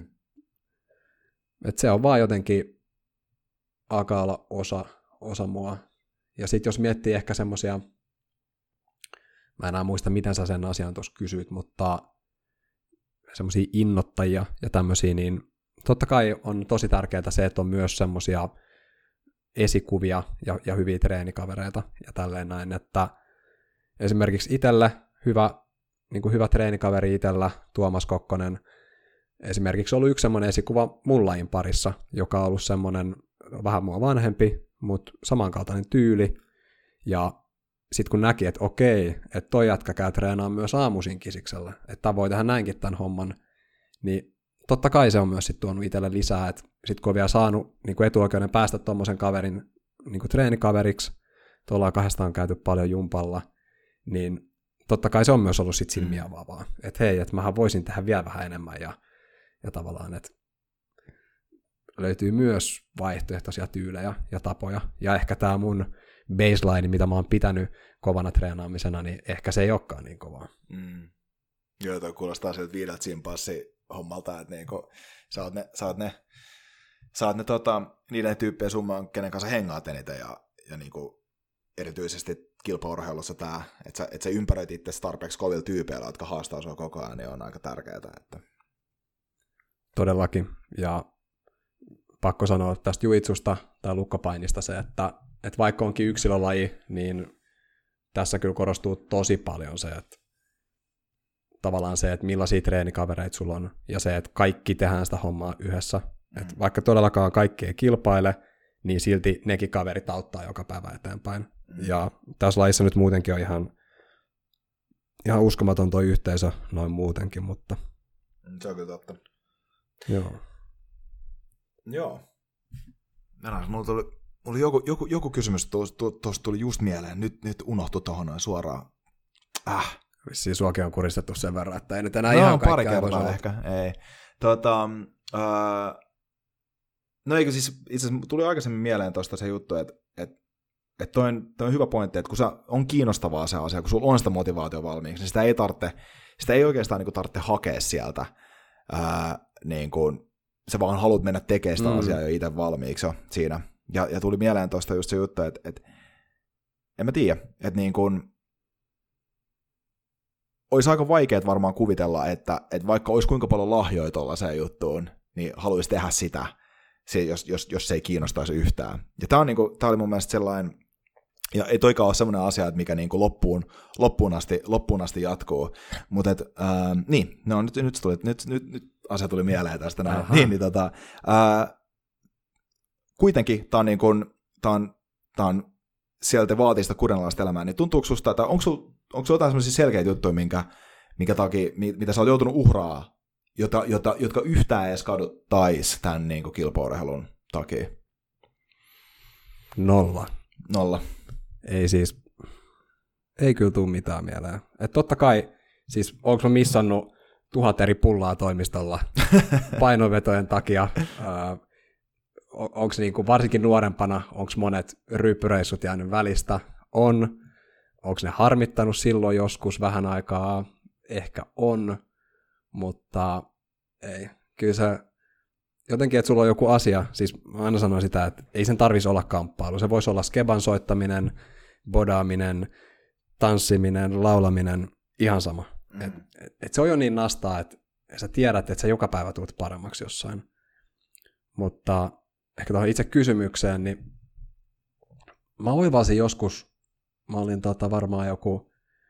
Speaker 2: Et se on vaan jotenkin, alkaa olla osa mua. Ja sitten jos miettii ehkä semmoisia, mä enää muista, miten sä sen asian tuossa kysyit, mutta semmoisia innoittajia ja tämmöisiä, niin totta kai on tosi tärkeää se, että on myös semmoisia esikuvia ja hyviä treenikavereita ja tälleen näin, että esimerkiksi itselle hyvä treenikaveri itsellä, Tuomas Kokkonen, esimerkiksi ollut yksi semmoinen esikuva mun lajin parissa, joka on ollut semmoinen vähän mua vanhempi, mutta samankaltainen tyyli, ja sitten kun näki, että okei, että toi jätkä käy treenaamaan myös aamuisin kisiksellä, että voi tehdä näinkin tämän homman, niin totta kai se on myös sitten tuonut itselle lisää, että sitten kun on vielä saanut niin etuoikeuden päästä tuommoisen kaverin niin treenikaveriksi, tuolla kahdestaan käyty paljon jumpalla, niin totta kai se on myös ollut sitten silmiä avaavaa, että hei, että mähän voisin tehdä vielä vähän enemmän, ja tavallaan, että löytyy myös vaihtoehtoisia tyylejä ja tapoja, ja ehkä tämä mun baseline, mitä mä oon pitänyt kovana treenaamisena, niin ehkä se ei olekaan niin kovaa.
Speaker 1: Joo, toi kuulostaa siltä 5 simpassi hommalta, että niinku, sä oot ne sä oot ne niiden tyyppien summa, kenen kanssa hengaat eniten, ja niinku erityisesti kilpaurheilussa tämä, että sä ympäröit itse tarpeeksi kovilla tyypeillä, jotka haastaa sua koko ajan, niin on aika tärkeää. Että...
Speaker 2: Todellakin, ja pakko sanoa tästä juitsusta tai lukkopainista se, että vaikka onkin yksilölaji, niin tässä kyllä korostuu tosi paljon se, että tavallaan se, että millaisia treenikavereita sulla on, ja se, että kaikki tehdään sitä hommaa yhdessä. Että vaikka todellakaan kaikki ei kilpaile, niin silti nekin kaverit auttaa joka päivä eteenpäin. Ja tässä lajissa nyt muutenkin on ihan uskomaton toi yhteisö noin muutenkin, mutta...
Speaker 1: Se on kyllä totta.
Speaker 2: Joo.
Speaker 1: Mulla tuli joku kysymys, tuosta tuli just mieleen, nyt unohtui tuohon noin suoraan.
Speaker 2: Vissiin suokin on kuristettu sen verran, että ei nyt enää ihan kaikkea
Speaker 1: pari kertaa ehkä, ei. No eikö siis, itse asiassa tuli aikaisemmin mieleen tuosta se juttu, että toi on hyvä pointti, että kun on kiinnostavaa se asia, kun sulla on sitä motivaatio valmiiksi, niin sitä ei oikeastaan niin kuin tarvitse hakea sieltä, niin kuin, sä vaan haluat mennä tekemään sitä asiaa jo itse valmiiksi jo siinä. Ja tuli mieleen tuosta just se juttu, että en mä tiedä, että niin kuin, olisi aika vaikeaa varmaan kuvitella, että vaikka olisi kuinka paljon lahjoja tuollaiseen juttuun, niin haluaisi tehdä sitä, jos se ei kiinnostaisi yhtään. Ja tämä oli mun mielestä sellainen, ja ei toikaan ole sellainen asia, että mikä niin kuin loppuun asti jatkuu. Mutta niin, no nyt asia tuli mieleen tästä näin. Kuitenkin tämä on sieltä vaatii sitä kurinalaista elämää, niin tuntuuko susta, että onko sulla jotain sellaisia selkeitä juttuja, minkä takia, mitä sä oot joutunut uhraa, jotka yhtään edes kaduttaisi tämän niin kuin kilpaurheilun takia?
Speaker 2: Nolla. Ei kyllä tule mitään mieleen. Että totta kai, siis onko mä missannut 1000 eri pullaa toimistolla painonvetojen takia? Onko niinku varsinkin nuorempana, onko monet ryyppyreissut jäänyt välistä? On. Onko ne harmittanut silloin joskus vähän aikaa? Ehkä on, mutta ei. Kyllä se jotenkin, että sulla on joku asia, siis mä aina sanon sitä, että ei sen tarvitsisi olla kamppailu. Se voisi olla skeban soittaminen, bodaaminen, tanssiminen, laulaminen, ihan sama. Et se on jo niin nastaa, että sä tiedät, että sä joka päivä tulet paremmaksi jossain. Mutta ehkä tuohon itse kysymykseen, niin mä oivalsin joskus, mä olin varmaan joku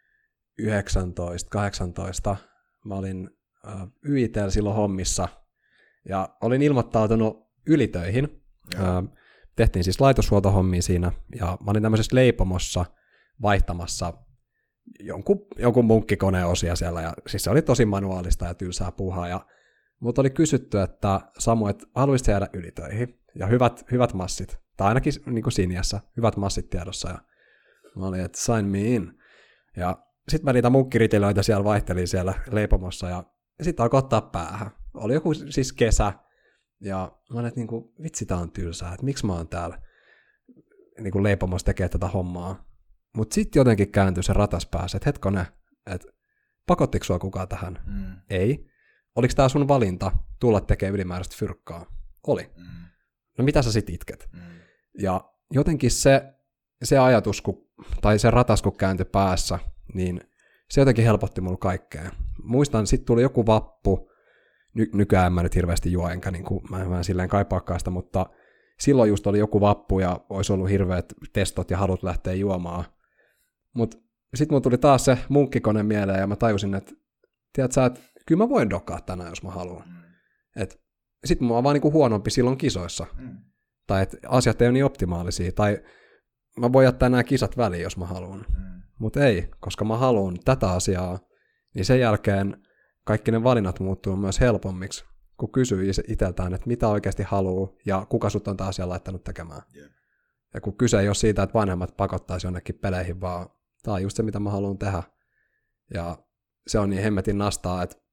Speaker 2: 19, 18, mä olin YIT:llä silloin hommissa, ja olin ilmoittautunut ylitöihin. Tehtiin siis laitoshuoltohommia siinä, ja mä olin tämmöisessä leipomossa vaihtamassa jonkun munkkikoneen osia siellä, ja siis se oli tosi manuaalista ja tylsää puuhaa, mutta oli kysytty, että Samu, että haluaisit jäädä ylitöihin, ja hyvät massit, tai ainakin niin kuin Siniässä, hyvät massit tiedossa, ja mä olin, että sign me in, ja sitten mä niitä munkkiritilöitä siellä vaihtelin siellä leipomossa, ja sitten alkoi ottaa päähän. Oli joku siis kesä, ja mä olin, että niinku, vitsi tää on tylsää, että miksi mä oon täällä niinku leipomossa tekee tätä hommaa. Mutta sitten jotenkin kääntyi se ratas päässä, että hetkonen, että pakottiko sua kukaan tähän? Ei. Oliko tää sun valinta tulla tekemään ylimääräistä fyrkkaa? Oli. No mitä sä sit itket? Ja jotenkin se ajatus, tai se ratas kun kääntyi päässä, niin se jotenkin helpotti mulle kaikkea. Muistan, sitten tuli joku vappu, nykyään mä nyt hirveästi juo, enkä niin kuin, mä en silleen kaipaakaan sitä, mutta silloin just oli joku vappu ja olisi ollut hirveät testot ja halut lähteä juomaan. Mutta sitten mulla tuli taas se munkkikone mieleen ja mä tajusin, että tiedät sä, että kyllä mä voin dokaa tänään, jos mä haluan. Sitten mä oon vaan niin kuin huonompi silloin kisoissa. Tai että asiat ei ole niin optimaalisia. Tai mä voin jättää nämä kisat väliin, jos mä haluan. Mutta ei, koska mä haluan tätä asiaa, niin sen jälkeen kaikki ne valinnat muuttuu myös helpommiksi, kun kysyy itseltään, että mitä oikeasti haluaa ja kuka sut on tämä asia laittanut tekemään. Ja kun kyse ei ole siitä, että vanhemmat pakottaisi jonnekin peleihin, vaan tämä on just se, mitä mä haluan tehdä. Ja se on niin hemmetin nastaa, että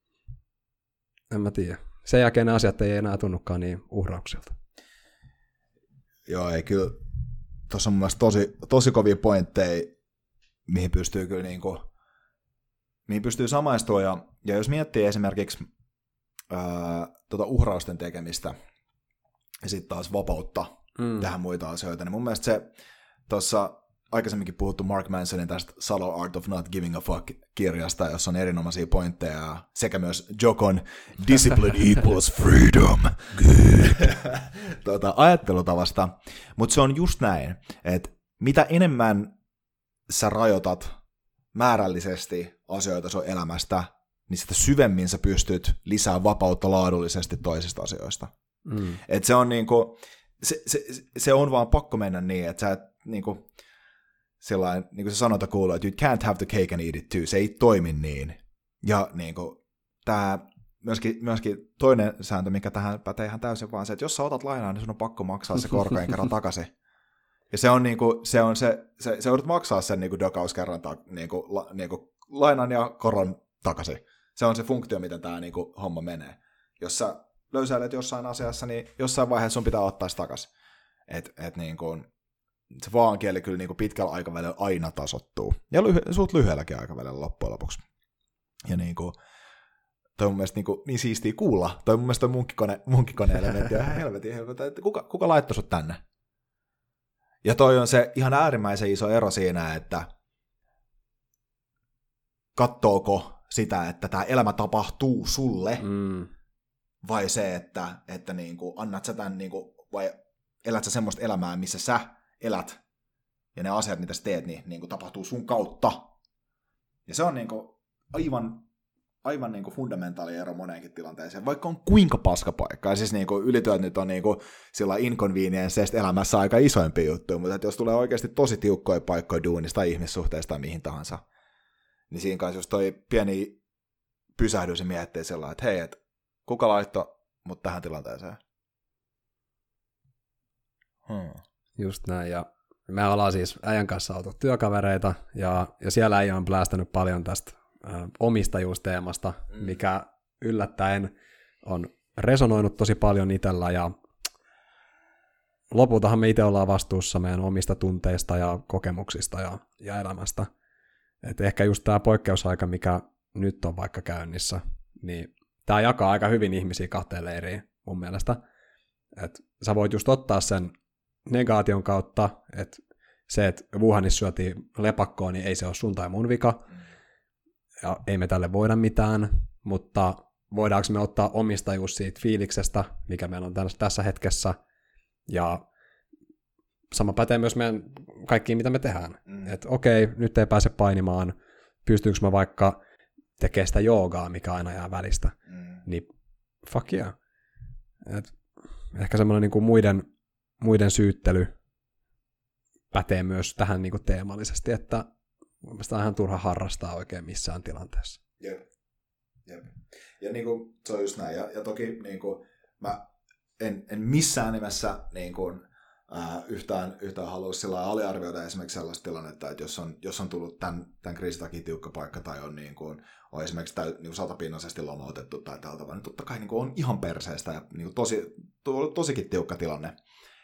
Speaker 2: en mä tiedä. Sen jälkeen ne asiat ei enää tunnukaan niin uhrauksilta.
Speaker 1: Joo, ei kyllä. Tuossa on mun mielestä tosi kovia pointteja, mihin pystyy kyllä mihin pystyy samaistua. Ja jos miettii esimerkiksi uhrausten tekemistä, ja sitten taas vapautta tehdä muita asioita. Niin mun mielestä se tuossa aikaisemminkin puhuttu Mark Mansonin tästä Subtle Art of Not Giving a Fuck-kirjasta, jossa on erinomaisia pointteja, sekä myös Jokon Discipline equals freedom, good, ajattelutavasta. Mutta se on just näin, että mitä enemmän sä rajoitat määrällisesti asioita sun elämästä, niin sitä syvemmin sä pystyt lisää vapautta laadullisesti toisista asioista. Et se on niinku, se on vaan pakko mennä niin, että sä et niinku, sillain, niin kuin se sanonta kuuluu, että you can't have the cake and eat it too. Se ei toimi niin. Ja niinku, tää myöskin toinen sääntö, mikä tähän pätee ihan täysin vaan se, että jos sä otat lainaa, niin sun on pakko maksaa se korkojen kerran takaisin. Ja se on niinku, se joudut maksaa sen niinku dokauskerran niinku lainan ja koron takaisin. Se on se funktio, miten tämä niinku homma menee. Jos sä löysäilet jossain asiassa, niin jossain vaiheessa sun pitää ottaa se takaisin. Et niinku, se vaankieli kyllä niinku pitkällä aikavälillä aina tasoittuu. Ja suut lyhyelläkin aikavälillä loppujen lopuksi. Ja niinku, toi on mun mielestä niin siistiä kuulla. Toi mun mielestä munkkikone-elementti on ihan helvetin, että kuka laittoi sut tänne? Ja toi on se ihan äärimmäisen iso ero siinä, että kattooko sitä, että tämä elämä tapahtuu sulle, vai se, että niinku, annat sä tämän, niinku, vai elät sä semmoista elämää, missä sä elät, ja ne asiat, mitä sä teet, niin niinku, tapahtuu sun kautta. Ja se on niinku, aivan niinku fundamentaali ero moneenkin tilanteeseen, vaikka on kuinka paskapaikka. Ja siis niinku, ylityöt nyt on niinku, sillä inconvenienceista elämässä aika isoimpia juttuja, mutta jos tulee oikeasti tosi tiukkoja paikkoja duunista tai ihmissuhteista tai mihin tahansa, niin siinä kanssa just toi pieni pysähdys ja miettii sellainen, että hei, et kuka laittoi mut tähän tilanteeseen?
Speaker 2: Just näin, ja me ollaan siis äijän kanssa oltu työkavereita, ja siellä äijä on plästänyt paljon tästä omistajuusteemasta, mikä yllättäen on resonoinut tosi paljon itsellä, ja lopultahan me itse ollaan vastuussa meidän omista tunteista ja kokemuksista ja elämästä. Et ehkä just tämä poikkeusaika, mikä nyt on vaikka käynnissä, niin tämä jakaa aika hyvin ihmisiä kahteen leiriin mun mielestä. Et sä voit just ottaa sen negaation kautta, että se, että Wuhanissa syötiin lepakkoa, niin ei se ole sun tai mun vika, ja ei me tälle voida mitään, mutta voidaanko me ottaa omistajuus siitä fiiliksestä, mikä meillä on tässä hetkessä, ja sama pätee myös meidän kaikkiin, mitä me tehdään. Että okei, nyt ei pääse painimaan, pystyykö mä vaikka tekemään sitä joogaa, mikä aina jää välistä, niin fuck yeah. Et ehkä semmoinen niinku muiden syyttely pätee myös tähän niinku teemallisesti, että mielestäni on ihan turha harrastaa oikein missään tilanteessa.
Speaker 1: Jep. Ja niinku, se on just näin. Ja toki niinku, mä en missään nimessä niinku, yhtään halua sillä aliarvioida esimerkiksi sellaista tilannetta, että jos on tullut tämän kriisin takia tiukka paikka tai on, on esimerkiksi niin satapinnaisesti lomautettu tai tältä, vaan niin totta kai niin on ihan perseestä ja niin tosikin tiukka tilanne.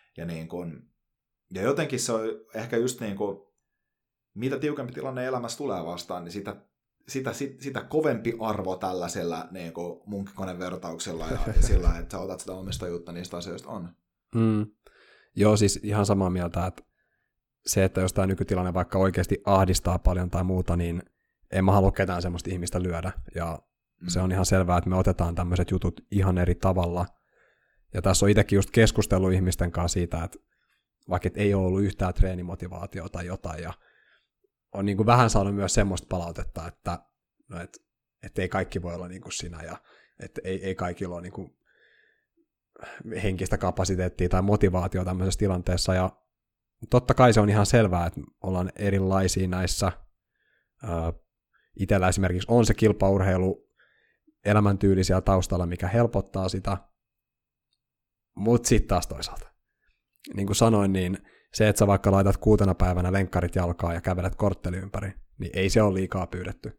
Speaker 1: Ja jotenkin se on ehkä just niin kuin, mitä tiukempi tilanne elämässä tulee vastaan, niin sitä kovempi arvo tällaisella niin munkkikonevertauksella ja sillä, että sä otat sitä omistajuutta niistä asioista on.
Speaker 2: Joo, siis ihan samaa mieltä, että se, että jos tämä nykytilanne vaikka oikeasti ahdistaa paljon tai muuta, niin en mä halua ketään semmoista ihmistä lyödä. Ja se on ihan selvää, että me otetaan tämmöiset jutut ihan eri tavalla. Ja tässä on itsekin just keskustellut ihmisten kanssa siitä, että vaikka et ei ole ollut yhtään treenimotivaatiota tai jotain, ja on niin kuin vähän saanut myös semmoista palautetta, että no ei kaikki voi olla niin kuin sinä, ja että ei kaikilla ole niin kuin henkistä kapasiteettia tai motivaatiota tämmöisessä tilanteessa, ja totta kai se on ihan selvää, että ollaan erilaisia näissä. Itsellä esimerkiksi on se kilpaurheilu elämäntyyli siellä taustalla, mikä helpottaa sitä, mutta sitten taas toisaalta. Niin kuin sanoin, niin se, että sä vaikka laitat 6 päivänä lenkkarit jalkaa ja kävelet kortteli ympäri, niin ei se ole liikaa pyydetty.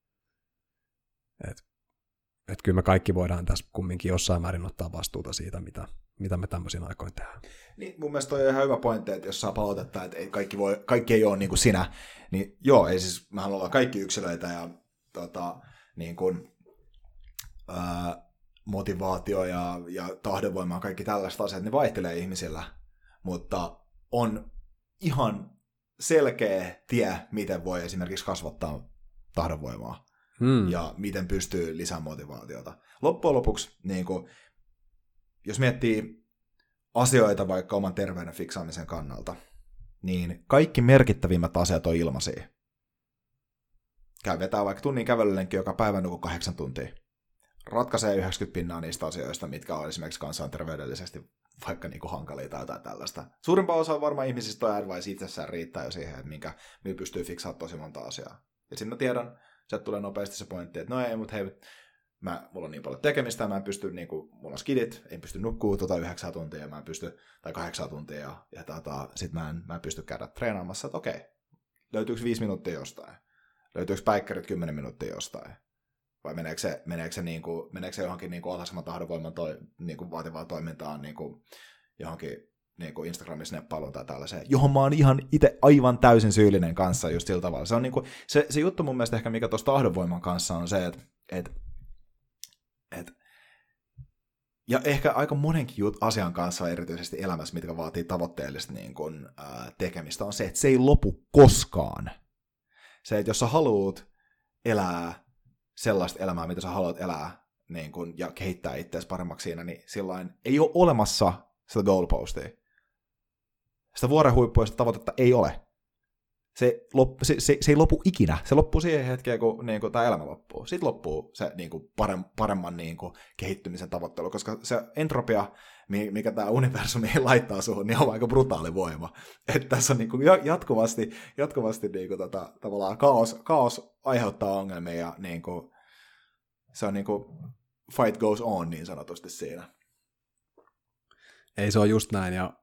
Speaker 2: Että kyllä me kaikki voidaan tässä kumminkin jossain määrin ottaa vastuuta siitä, mitä me tämmöisiin aikoin tehdään.
Speaker 1: Niin, mun mielestä toi on ihan hyvä pointti, että jos saa palautetta, että kaikki ei ole niin kuin sinä, niin joo, ei siis, mehän ollaan kaikki yksilöitä ja niin kuin, motivaatio ja tahdonvoima ja kaikki tällaiset asiat, ne vaihtelee ihmisillä, mutta on ihan selkeä tie, miten voi esimerkiksi kasvattaa tahdonvoimaa ja miten pystyy lisäämään motivaatiota. Loppujen lopuksi, niin kuin, jos miettii asioita vaikka oman terveyden fiksaamisen kannalta, niin kaikki merkittävimmät asiat on ilmaisia. Käy vetää vaikka tunnin kävelylenkin joka päivä nuku 8 tuntia. Ratkaisee 90% niistä asioista, mitkä on esimerkiksi kansanterveydellisesti vaikka niinku hankalia tai jotain tällaista. Suurimpaa osa varmaan ihmisistä on advice itsessään riittää jo siihen, että minkä pystyy fiksaamaan tosi monta asiaa. Ja sitten mä tiedän, sieltä tulee nopeasti se pointti, että no ei, mutta hei, mulla on niin paljon tekemistä, mä en pysty, niinku, mulla on skidit, en pysty nukkuu 9 tuntia, mä en pysty, tai 8 tuntia, ja sit mä en pysty käydä treenaamassa, että okei, löytyykö 5 minuuttia jostain? Löytyykö päikkärit 10 minuuttia jostain? Vai meneekö se johonkin niinku alhaisemman tahdonvoiman niinku vaativaan toimintaan niinku johonkin niinku Instagram-snappailuun tai tällaiseen, johon mä oon ihan itse aivan täysin syyllinen kanssa just sillä tavalla. Se on niinku, se juttu mun mielestä ehkä mikä tuossa tahdonvoiman kanssa on se, että ja ehkä aika monenkin asian kanssa erityisesti elämässä, mitkä vaatii tavoitteellista niin kun, tekemistä, on se, että se ei lopu koskaan. Se, että jos sä haluat elää sellaista elämää, mitä sä haluat elää niin kun, ja kehittää itseäsi paremmaksi siinä, niin sillain ei ole olemassa sitä goalpostia. Sitä vuoren huippuista tavoitetta ei ole. Se ei lopu ikinä. Se loppuu siihen hetkeen, kun niin kuin, tämä elämä loppuu. Sitten loppuu se niin kuin, paremman niin kuin, kehittymisen tavoittelu, koska se entropia, mikä tämä universumi laittaa suhun, niin on aika brutaali voima. Että tässä on niin kuin, jatkuvasti niin kuin, tavallaan kaos aiheuttaa ongelmia, ja niin kuin, se on niin kuin, fight goes on niin sanotusti siinä.
Speaker 2: Ei, se on just näin, ja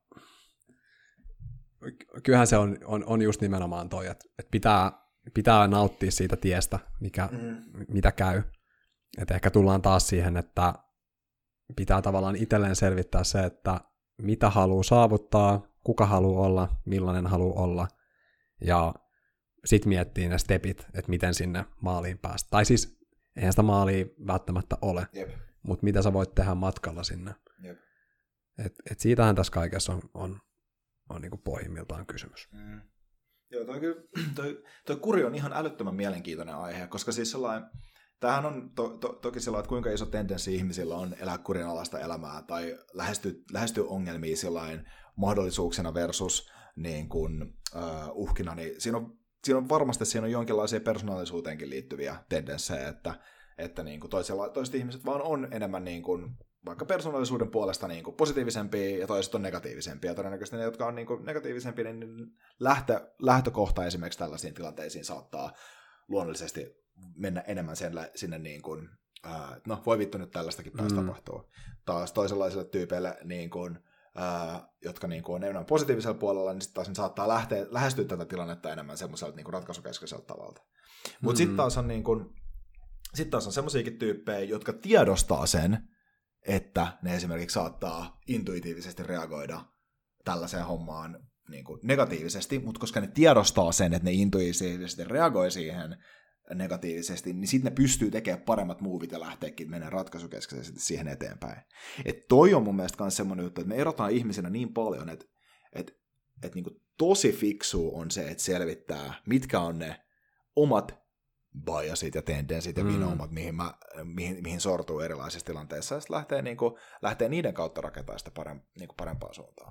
Speaker 2: kyllähän se on just nimenomaan toi, että pitää nauttia siitä tiestä, mitä käy. Et ehkä tullaan taas siihen, että pitää tavallaan itselleen selvittää se, että mitä haluaa saavuttaa, kuka haluaa olla, millainen haluaa olla, ja sitten miettii ne stepit, että miten sinne maaliin päästä. Tai siis eihän sitä maalia välttämättä ole, mutta mitä sä voit tehdä matkalla sinne. Et siitähän tässä kaikessa on niin kuin pohjimmiltaan kysymys.
Speaker 1: Joo, toi kuri on ihan älyttömän mielenkiintoinen aihe, koska siis sellainen, tämähän on toki sellainen, että kuinka iso tendenssi ihmisillä on elää kurinalaista elämää tai lähestyä ongelmia sellainen mahdollisuuksena versus niin kuin, uhkina, niin siinä on varmasti jonkinlaisia persoonallisuuteenkin liittyviä tendenssejä, että niin kuin toiset ihmiset vaan on enemmän niin kuin vaikka persoonallisuuden puolesta niin kuin positiivisempia ja toiset on negatiivisempia. Todennäköisesti ne, jotka on niin kuin negatiivisempia, niin lähtökohta esimerkiksi tällaisiin tilanteisiin saattaa luonnollisesti mennä enemmän sinne niin kuin, no voi vittu nyt tällaistakin päästä tapahtuu. Taas toisenlaisille tyypeille, niin kuin, jotka niin kuin on enemmän positiivisella puolella, niin sitten taas ne saattaa lähestyä tätä tilannetta enemmän semmoiselta niin kuin ratkaisukeskeiseltä tavalla. Mutta sitten taas on, niin on semmoisiakin tyyppejä, jotka tiedostaa sen, että ne esimerkiksi saattaa intuitiivisesti reagoida tällaiseen hommaan niin kuin negatiivisesti, mutta koska ne tiedostaa sen, että ne intuitiivisesti reagoi siihen negatiivisesti, niin sitten ne pystyy tekemään paremmat muuvit ja lähteekin mennä ratkaisukeskeisesti siihen eteenpäin. Et toi on mun mielestä myös semmoinen juttu, että me erotaan ihmisenä niin paljon, että niin kuin tosi fiksu on se, että selvittää, mitkä on ne omat biasit ja tendenssit ja vinoumat, mihin sortuu erilaisissa tilanteissa, ja sitten lähtee niiden kautta rakentamaan sitä parempaa suuntaan.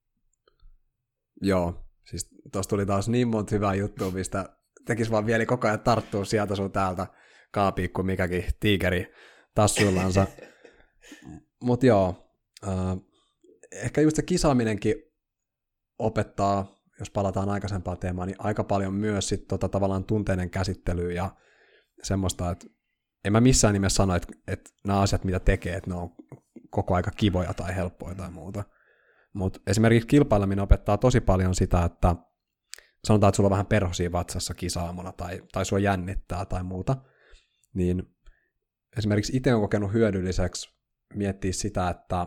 Speaker 2: Joo, siis tuossa tuli taas niin monta hyvää juttua, mistä tekisi vaan vielä koko ajan tarttua sieltä sun täältä kaapiin, kuin mikäkin tiikeri tassuillansa. Mutta joo, ehkä just se kisaaminenkin opettaa, jos palataan aikaisempaan teemaan, niin aika paljon myös sit tavallaan tunteiden käsittelyä ja semmoista, että en mä missään nimessä sano, että nämä asiat, mitä tekee, että ne on koko aika kivoja tai helppoja tai muuta. Mutta esimerkiksi kilpaileminen opettaa tosi paljon sitä, että sanotaan, että sulla on vähän perhosia vatsassa kisaamuna tai sua jännittää tai muuta, niin esimerkiksi itse on kokenut hyödylliseksi miettiä sitä, että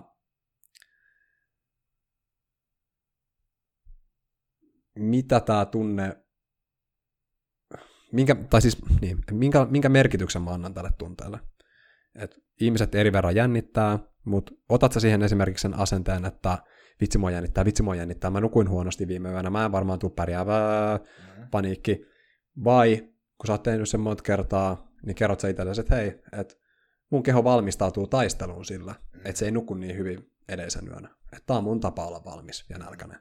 Speaker 2: mitä tämä tunne, minkä merkityksen mä annan tälle tunteelle. Et ihmiset eri verran jännittää, mutta otat sä siihen esimerkiksi sen asenteen, että vitsi mua jännittää, mä nukuin huonosti viime yönä, mä en varmaan tuu pärjäävää, paniikki. Vai kun sä oot tehnyt sen monta kertaa, niin kerrot sä itsellesi, että hei, että mun keho valmistautuu taisteluun sillä, että se ei nuku niin hyvin edellisen yönä. Että tää on mun tapa olla valmis ja nälkäinen.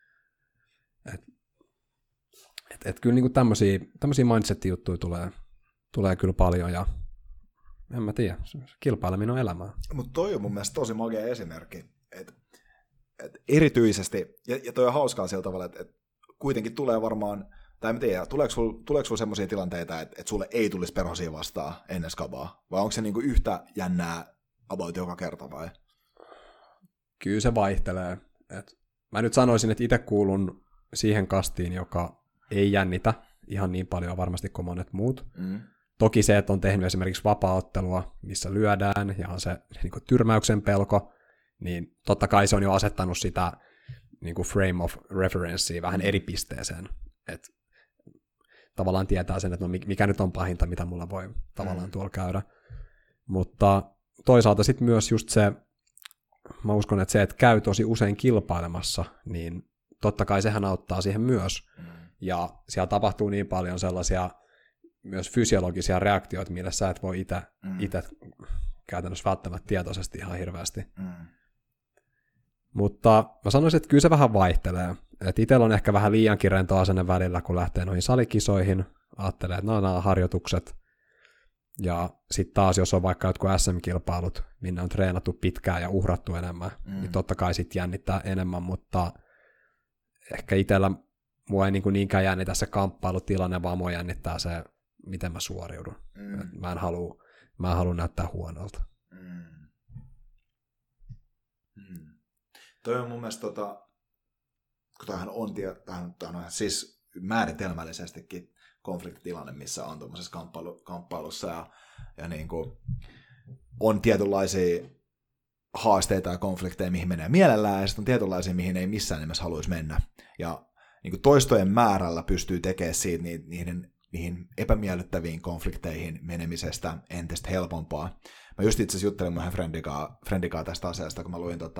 Speaker 2: Et kyllä niinku tämmöisiä mindset-juttuja tulee kyllä paljon ja en mä tiedä, kilpaileminen on elämää.
Speaker 1: Mutta toi on mun mielestä tosi magea esimerkki, että erityisesti, ja toi on hauskaa sillä tavalla, että kuitenkin tulee varmaan, tai en tiedä, tuleeko sulla semmoisia tilanteita, että sulle ei tulisi perhosia vastaan ennen skabaa, vai onko se niinku yhtä jännää about joka kerta vai?
Speaker 2: Kyllä se vaihtelee. Mä nyt sanoisin, että itse kuulun siihen kastiin, joka ei jännitä ihan niin paljon varmasti kuin monet muut. Toki se, että on tehnyt esimerkiksi vapaaottelua, missä lyödään, ja on se niin kuin tyrmäyksen pelko, niin totta kai se on jo asettanut sitä niin kuin frame of referencea vähän eri pisteeseen. Et tavallaan tietää sen, että no mikä nyt on pahinta, mitä mulla voi tavallaan tuolla käydä. Mutta toisaalta sitten myös just se, mä uskon, että se, että käy tosi usein kilpailemassa, niin totta kai sehän auttaa siihen myös. Ja siellä tapahtuu niin paljon sellaisia myös fysiologisia reaktioita, millä sä et voi itse käytännössä välttämättä tietoisesti ihan hirveästi. Mutta mä sanoisin, että kyllä se vähän vaihtelee. Että itsellä on ehkä vähän liiankin rento asenne välillä, kun lähtee noihin salikisoihin. Ajattelee, että nämä on harjoitukset. Ja sitten taas, jos on vaikka jotkut SM-kilpailut, minne on treenattu pitkään ja uhrattu enemmän, niin totta kai sitten jännittää enemmän, mutta ehkä itsellä mua ei niinkään jännitä se kamppailutilanne, vaan mua jännittää se, miten mä suoriudun. Mä en halua näyttää huonolta.
Speaker 1: Toi on mun mielestä, kun tämähän on siis määritelmällisestikin konfliktitilanne, missä on tuollaisessa kamppailussa ja niin kuin on tietynlaisia haasteita ja konflikteja, mihin menee mielellään, ja sitten on tietynlaisia, mihin ei missään nimessä haluaisi mennä. Ja niin kuin toistojen määrällä pystyy tekemään siitä niihin epämiellyttäviin konflikteihin menemisestä entistä helpompaa. Mä just itse asiassa juttelin mun friendikaa tästä asiasta, kun mä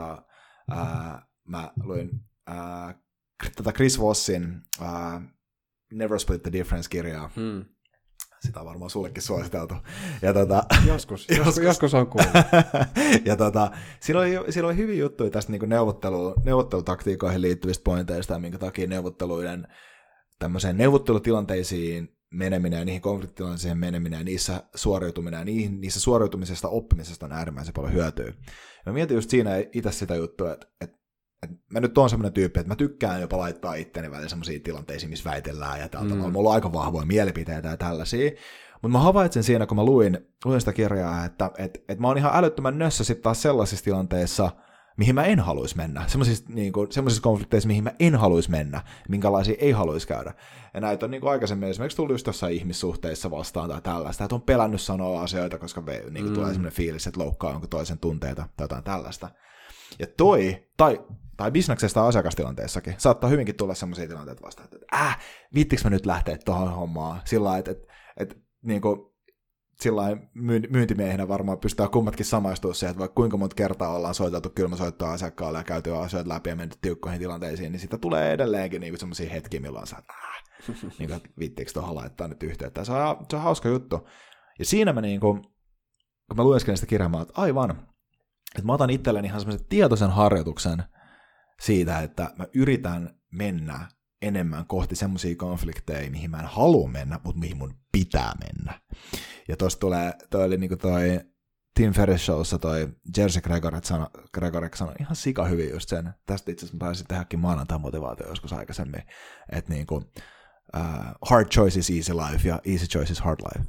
Speaker 1: luin Chris Vossin Never Split the Difference-kirjaa. Sitä on varmaan sullekin suositeltu. Ja
Speaker 2: joskus on kuullut.
Speaker 1: Ja siinä oli hyviä juttuja tästä niin neuvottelutaktiikoihin liittyvistä pointeista, ja minkä takia tämmöiseen neuvottelutilanteisiin meneminen ja niihin konfliktitilanteisiin meneminen ja niissä suoriutuminen ja niissä suoriutumisesta oppimisesta on äärimmäisen paljon hyötyä. Mä mietin just siinä itse sitä juttua, että mä nyt oon semmoinen tyyppi, että mä tykkään jopa laittaa itteni välillä semmoisiin tilanteisiin, missä väitellään ja tällä tavalla. Mulla on aika vahvoja mielipiteitä ja tällaisia. Mutta mä havaitsin siinä, kun mä luin sitä kirjaa, että mä oon ihan älyttömän nössö sitten taas sellaisissa tilanteissa, mihin mä en haluaisi mennä. Semmoisissa konflikteissa, mihin mä en haluaisi mennä, minkälaisia ei haluaisi käydä. Ja näitä on niin kuin aikaisemmin esimerkiksi tullut just jossain ihmissuhteissa vastaan tai tällaista, että on pelännyt sanoa asioita, koska tulee semmoinen fiilis, että loukkaa jonkun toisen tunteita tai jotain tällaista. Ja tai bisneksessä asiakastilanteessakin saattaa hyvinkin tulla semmoisia tilanteita vastaan, että viittikö mä nyt lähteä tuohon hommaan sillä lailla, että niin kuin sillain myyntimiehenä varmaan pystytään kummatkin samaistumaan siihen, että vaikka kuinka monta kertaa ollaan soiteltu kylmäsoittoa asiakkaalle ja käyty asioita läpi ja menty tiukkoihin tilanteisiin, niin siitä tulee edelleenkin niin semmoisia hetkiä, milloin sä niin kuin, viittikö tuohon laittaa nyt yhteyttä. Se on hauska juttu. Ja siinä mä niin kuin, kun mä lueskelin sitä kirjaa, että aivan, että mä otan itselleni ihan semmoisen tietoisen harjoituksen siitä, että mä yritän mennä enemmän kohti semmoisia konflikteja, mihin mä en halua mennä, mutta mihin mun pitää mennä. Ja tosta toi oli niinku toi Tim Ferriss Showssa toi Jerzy Gregorek sanoi ihan sika hyvin just sen. Tästä itse asiassa mä taisin tehdäkin maanantain motivaatio joskus aikaisemmin, että niinku hard choice is easy life ja easy choice is hard life.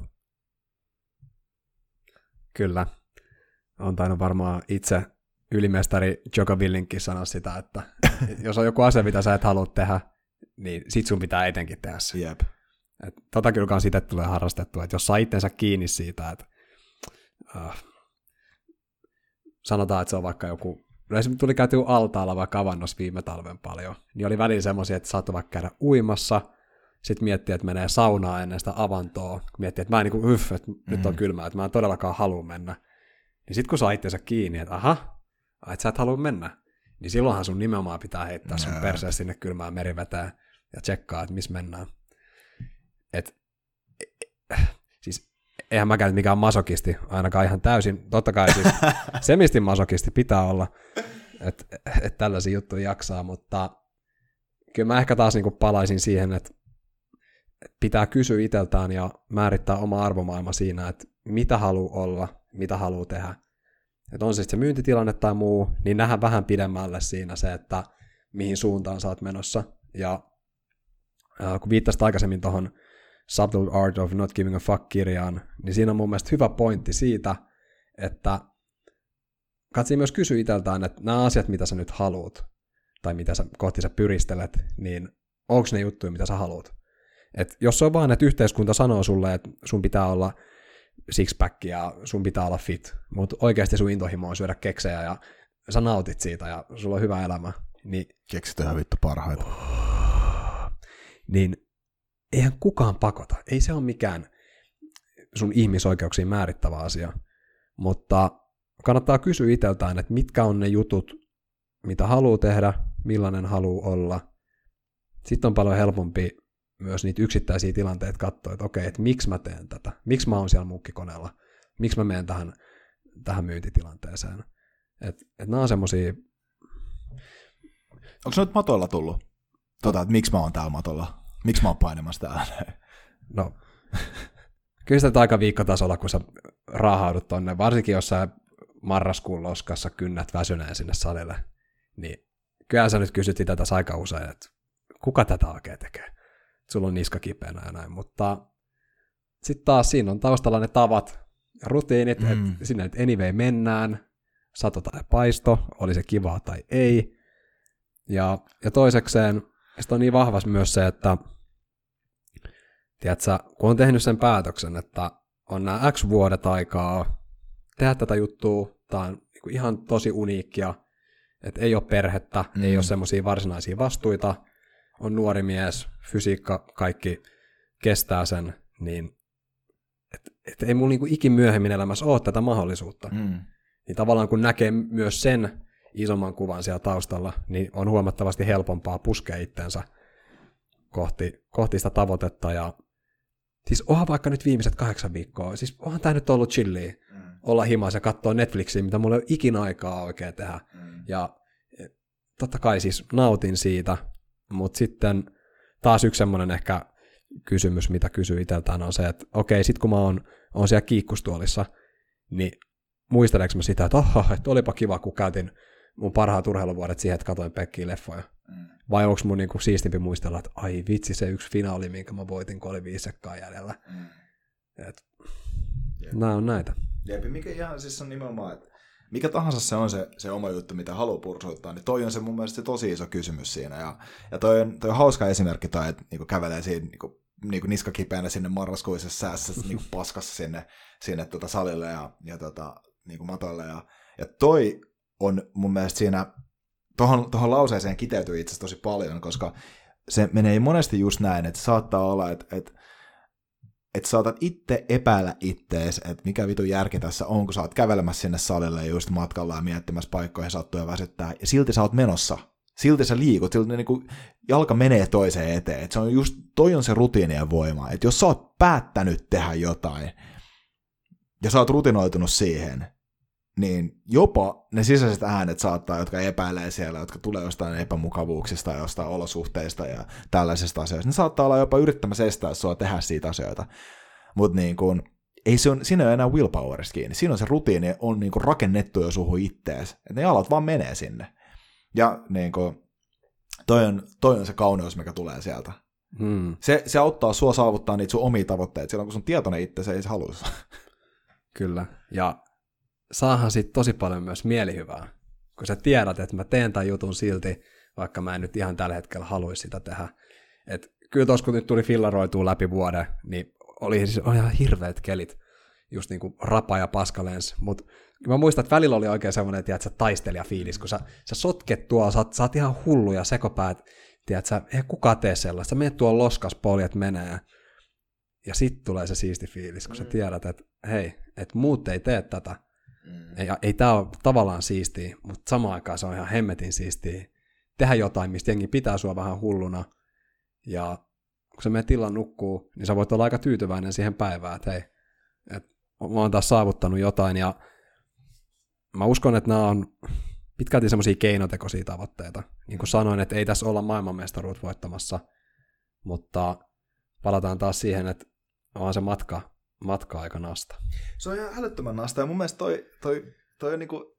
Speaker 2: Kyllä. On tainnut varmaan itse ylimestari Jocko Willinkkin sanoa sitä, että jos on joku asia, mitä sä et halua tehdä, niin sit sun pitää etenkin tehdä se.
Speaker 1: Jep.
Speaker 2: Tota kyllä kans itse tulee harrastettua, että jos saa itsensä kiinni siitä, että sanotaan, että se on vaikka joku, esimerkiksi tuli käytyä altaalla vaikka avannossa viime talven paljon, niin oli välillä semmoisia, että saattoi vaikka käydä uimassa, sitten miettiä, että menee saunaan ennen sitä avantoa, miettiä, että mä en että nyt on kylmää, että mä en todellakaan halua mennä. niin sit kun saa itsensä kiinni, että aha, et sä et halua mennä, niin silloinhan sun nimenomaan pitää heittää sun perseä sinne kylmään meriveteen ja tsekkaa, että missä mennään. Siis eihän mäkään mikään masokisti, ainakaan ihan täysin, totta kai siis semisti masokisti pitää olla, että tällaisia juttuja jaksaa, mutta kyllä mä ehkä taas niinku palaisin siihen, että pitää kysyä itseltään ja määrittää oma arvomaailma siinä, että mitä haluaa olla, mitä haluaa tehdä. Että on se sitten se myyntitilanne tai muu, niin nähdään vähän pidemmälle siinä se, että mihin suuntaan sä oot menossa. Ja kun viittasit aikaisemmin tuohon Subtle Art of Not Giving a Fuck-kirjaan, niin siinä on mun mielestä hyvä pointti siitä, että katsi myös kysyä itseltään, että nämä asiat, mitä sä nyt haluat, tai mitä sä kohti sä pyristelet, niin onko ne juttuja, mitä sä haluat? Et jos se on vaan, että yhteiskunta sanoo sulle, että sun pitää olla six-pack ja sun pitää olla fit, mutta oikeasti sun intohimo on syödä keksejä ja sä nautit siitä ja sulla on hyvä elämä, niin
Speaker 1: keksit ihan vittu parhaita.
Speaker 2: Niin eihän kukaan pakota. Ei se ole mikään sun ihmisoikeuksiin määrittävä asia, mutta kannattaa kysyä itseltään, että mitkä on ne jutut, mitä haluaa tehdä, millainen haluaa olla. Sitten on paljon helpompi myös niitä yksittäisiä tilanteita katsoa, että okei, että miksi mä teen tätä, miksi mä oon siellä mukkikoneella, miksi mä menen tähän myyntitilanteeseen. Että nämä on semmosia.
Speaker 1: Onko se nyt matoilla tullut? Että miksi mä oon täällä matolla? Miksi mä oon painamassa täällä?
Speaker 2: No, kyllä sitä aika viikkotasolla, kun sä raahaudut tonne, varsinkin jos sä marraskuun loskassa kynnät väsyneen sinne salille, niin kyllä sä nyt kysyt sitä tässä aika usein, että kuka tätä oikein tekee? Sulla on niska kipeänä ja näin, mutta sitten taas siinä on taustalla ne tavat ja rutiinit, että sinne nyt anyway mennään, sato tai paisto, oli se kivaa tai ei. Ja toisekseen, sitten on niin vahvas myös se, että tiedätkö, kun on tehnyt sen päätöksen, että on nämä X vuodet aikaa tehdä tätä juttua, tämä on ihan tosi uniikkia, että ei ole perhettä, ei ole semmoisia varsinaisia vastuita, on nuori mies, fysiikka, kaikki kestää sen, niin et ei mulla niinku ikin myöhemmin elämässä ole tätä mahdollisuutta. Niin tavallaan kun näkee myös sen isomman kuvan siellä taustalla, niin on huomattavasti helpompaa puskea itsensä kohti sitä tavoitetta. Ja siis onhan vaikka nyt viimeiset 8 viikkoa, siis onhan tämä nyt ollut chilliä, olla himas ja katsoa Netflixiä, mitä mulla ei ole ikinä aikaa oikein tehdä. Ja totta kai siis nautin siitä, mutta sitten taas yksi semmoinen ehkä kysymys, mitä kysyy itseltään, on se, että okei, sit kun mä oon siellä kiikkustuolissa, niin muisteleeko mä sitä, että että olipa kiva, kun käytin mun parhaat urheiluvuodet siihen, että katsoin Pekkiä leffoja. Vai onko mun niinku siistimpi muistella, että ai vitsi, se yksi finaali, minkä mä voitin, kun oli 5 sekkaa jäljellä. Nämä on näitä.
Speaker 1: Jep, mikä ihan siis on nimenomaan, että mikä tahansa se on se oma juttu, mitä haluaa pursuuttaa, niin toi on se mun mielestä se tosi iso kysymys siinä. Ja toi on hauska esimerkki toi, että niinku kävelee siinä niinku niskakipeänä sinne marraskuisessa säässä niinku paskassa sinne salille ja niinku matoille. Ja toi on mun mielestä siinä, tohon lauseeseen kiteytyy itse asiassa tosi paljon, koska se menee monesti just näin, että saattaa olla, että saatat itse epäillä ittees, että mikä vitun järki tässä on, kun sä oot kävelemässä sinne salille just matkalla ja miettimässä paikkoja sattuu ja väsyttää, ja silti sä oot menossa. Silti sä liikut, silti niinku jalka menee toiseen eteen. Et se on just, toi on se rutiinien voima. Että jos sä oot päättänyt tehdä jotain, ja sä oot rutinoitunut siihen, niin jopa ne sisäiset äänet saattaa, jotka epäilee siellä, jotka tulee jostain epämukavuuksista ja jostain olosuhteista ja tällaisista asioista, ne saattaa olla jopa yrittämässä estää sua tehdä siitä asioita. Mutta niin kun, siinä ei ole enää willpowerista kiinni. Siinä on se rutiini on niin kun rakennettu jo suhun ittees. Että ne jalat vaan menee sinne. Ja niin kun, toi on se kauneus, mikä tulee sieltä. Se auttaa sua saavuttaa niitä sun omia tavoitteita. Silloin kun sun tietoinen itse, se ei se halua.
Speaker 2: Kyllä. Ja saahan siitä tosi paljon myös mielihyvää, kun sä tiedät, että mä teen tämän jutun silti, vaikka mä en nyt ihan tällä hetkellä haluaisi sitä tehdä. Et kyllä tuossa, kun nyt tuli fillaroitua läpi vuoden, niin oli ihan hirveät kelit, just niin kuin rapa ja paskalens, mutta mä muistan, että välillä oli oikein semmoinen, tiedätkö, taistelijafiilis, kun sä sotket tuolla, sä oot ihan hullu ja sekopäät, tiedätkö, ei kukaan tee sellaista, sä menet tuolla loskas, poljet menee, ja sitten tulee se siisti fiilis, kun sä tiedät, että hei, että muut ei tee tätä, Ei tämä ole tavallaan siistiä, mutta samaan aikaan se on ihan hemmetin siistiä tehdä jotain, mistä jengi pitää sua vähän hulluna. Ja kun sä menet illan nukkuu, niin sä voit olla aika tyytyväinen siihen päivään, että hei, mä oon taas saavuttanut jotain. Ja mä uskon, että nämä on pitkälti semmoisia keinotekoisia tavoitteita. Niin kuin sanoin, että ei tässä olla maailmanmestaruut voittamassa, mutta palataan taas siihen, että on se matka aika nasta.
Speaker 1: Se on ihan älyttömän nasta, ja mun mielestä toi on niinku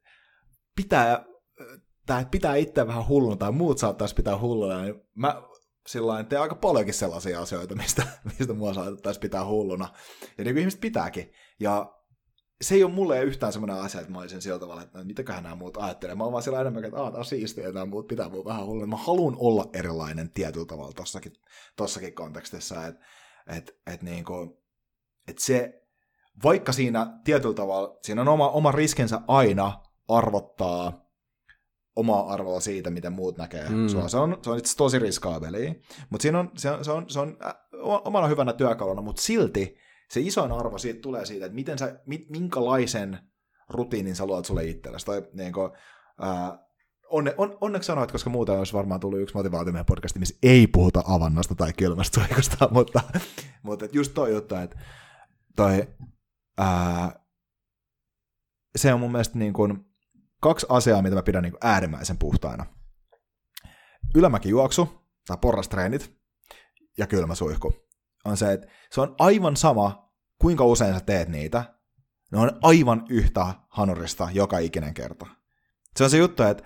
Speaker 1: pitää itseä vähän hulluna, tai muut saattaisi pitää hulluna, niin mä sillain teen aika paljonkin sellaisia asioita, mistä mua saattaisi pitää hulluna, ja niin kuin ihmiset pitääkin, ja se ei ole mulle yhtään semmoinen asia, että mä olisin sillä tavalla, että mitäköhän nämä muut ajattelee. Mä oon vaan sillä enemmän, että tää on siistiä, että nämä muut pitää mua vähän hulluna. Mä haluan olla erilainen tietyllä tavalla tossakin kontekstissa, että se, vaikka siinä tietyllä tavalla, siinä on oma riskinsä aina arvottaa omaa arvoa siitä, miten muut näkee sua. Se on itse tosi riskaabelia, mutta se on omana hyvänä työkaluna, mutta silti se isoin arvo siitä tulee siitä, että minkälaisen rutiinin sä luot sulle itsellesi. Onneksi sanoit, koska muuten olisi varmaan tullut yksi motivaatiomiehen podcasti, missä ei puhuta avannosta tai kylmästä suihkusta, mutta just toi juttu, että se on mun mielestä niin kuin 2 asiaa, mitä mä pidän niin kuin äärimmäisen puhtaina. Ylämäkijuoksu tai porrastreenit ja kylmäsuihku on se, että se on aivan sama, kuinka usein sä teet niitä. Ne on aivan yhtä hanurista joka ikinen kerta. Se on se juttu, että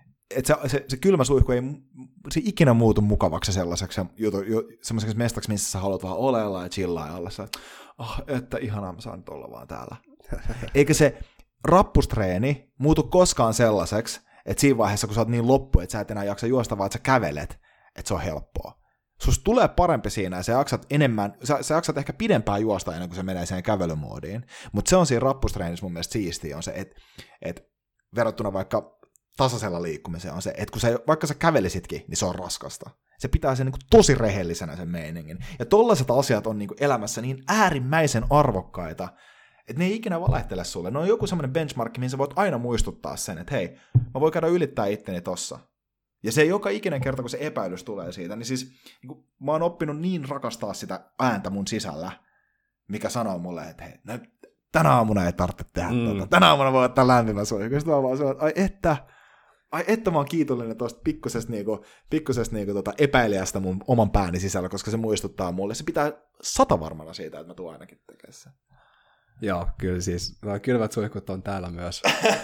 Speaker 1: se kylmäsuihku ei se ikinä muutu mukavaksi sellaiseksi semmoiseksi mestaksi, missä sä haluat vaan olella ja chillaa ja olla että ihanaa mä saan nyt olla vaan täällä. Eikä se rappustreeni muutu koskaan sellaiseksi, että siinä vaiheessa, kun sä oot niin loppu, että sä et enää jaksa juosta, vaan että sä kävelet, että se on helppoa. Susta tulee parempi siinä ja sä jaksat enemmän, sä jaksat ehkä pidempään juosta ennen kuin se menee siihen kävelymoodiin, mutta se on siinä rappustreenissä mun mielestä siistiä, on se, että verrattuna vaikka tasaisella liikkumiseen on se, että kun vaikka sä kävelisitkin, niin se on raskasta. Se pitää sen niin kuin tosi rehellisenä sen meiningin. Ja tollaiset asiat on niin kuin elämässä niin äärimmäisen arvokkaita, että ne ei ikinä valehtele sulle. Ne on joku semmoinen benchmark, mihin sä voit aina muistuttaa sen, että hei, mä voin käydä ylittää itteni tossa. Ja se joka ikinen kerta, kun se epäilys tulee siitä, niin siis niin kuin, mä oon oppinut niin rakastaa sitä ääntä mun sisällä, mikä sanoo mulle, että hei, tänä aamuna ei tarvitse tehdä tänä aamuna voi ottaa lämpimä suihku. Ja sitten mä vaan sanon, että ai että mä oon kiitollinen tuosta pikkusesta epäilijästä mun oman pääni sisällä, koska se muistuttaa mulle. Se pitää 100 varmana siitä, että mä tuun ainakin tekemään sen.
Speaker 2: Joo, kyllä siis. Kylmät suihkut on täällä myös.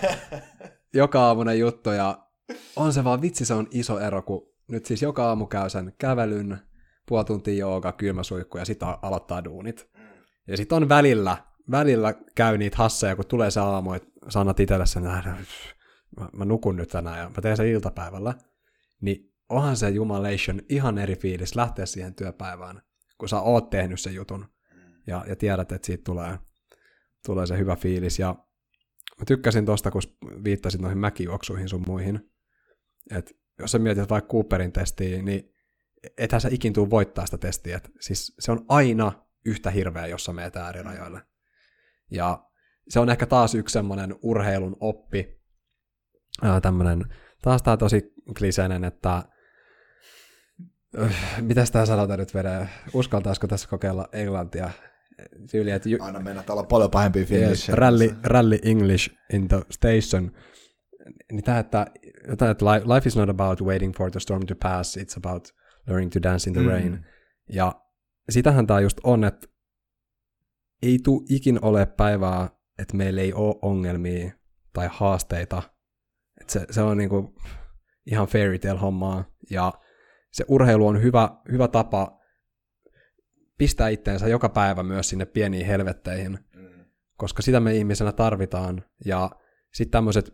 Speaker 2: Joka aamunen juttu, ja on se vaan vitsi, se on iso ero, kun nyt siis joka aamu käy sen kävelyn, puoli tuntia jooga, kylmäsuihku, ja sitten aloittaa duunit. Ja sitten on välillä käy niitä hasseja, kun tulee se aamu, että sä annat itselle sen, mä nukun nyt tänään ja mä teen sen iltapäivällä, niin onhan se jumalation ihan eri fiilis lähteä siihen työpäivään, kun sä oot tehnyt sen jutun ja tiedät, että siitä tulee se hyvä fiilis. Ja mä tykkäsin tosta, kun viittasit noihin mäkijuoksuihin sun muihin, että jos sä mietit vaikka Cooperin testiä, niin ethän sä ikin tuu voittaa sitä testiä. Et siis se on aina yhtä hirveä, jos sä meet äärirajoille. Ja se on ehkä taas yksi semmoinen urheilun oppi, tämmönen, taas tää tosi kliseinen, että mitäs tää sanotaan nyt vedä, uskaltaisiko tässä kokeilla englantia? Tyyli, että
Speaker 1: aina mennä, täällä on paljon pahempia finnish.
Speaker 2: Rally English in the station. Niin tää, että life is not about waiting for the storm to pass, it's about learning to dance in the rain. Ja sitähän tää just on, että ei tule ikin ole päivää, että meillä ei ole ongelmia tai haasteita. Että se on niinku ihan fairy tale hommaa. Ja se urheilu on hyvä tapa pistää itteensä joka päivä myös sinne pieniin helvetteihin, koska sitä me ihmisenä tarvitaan. Ja sitten tämmöiset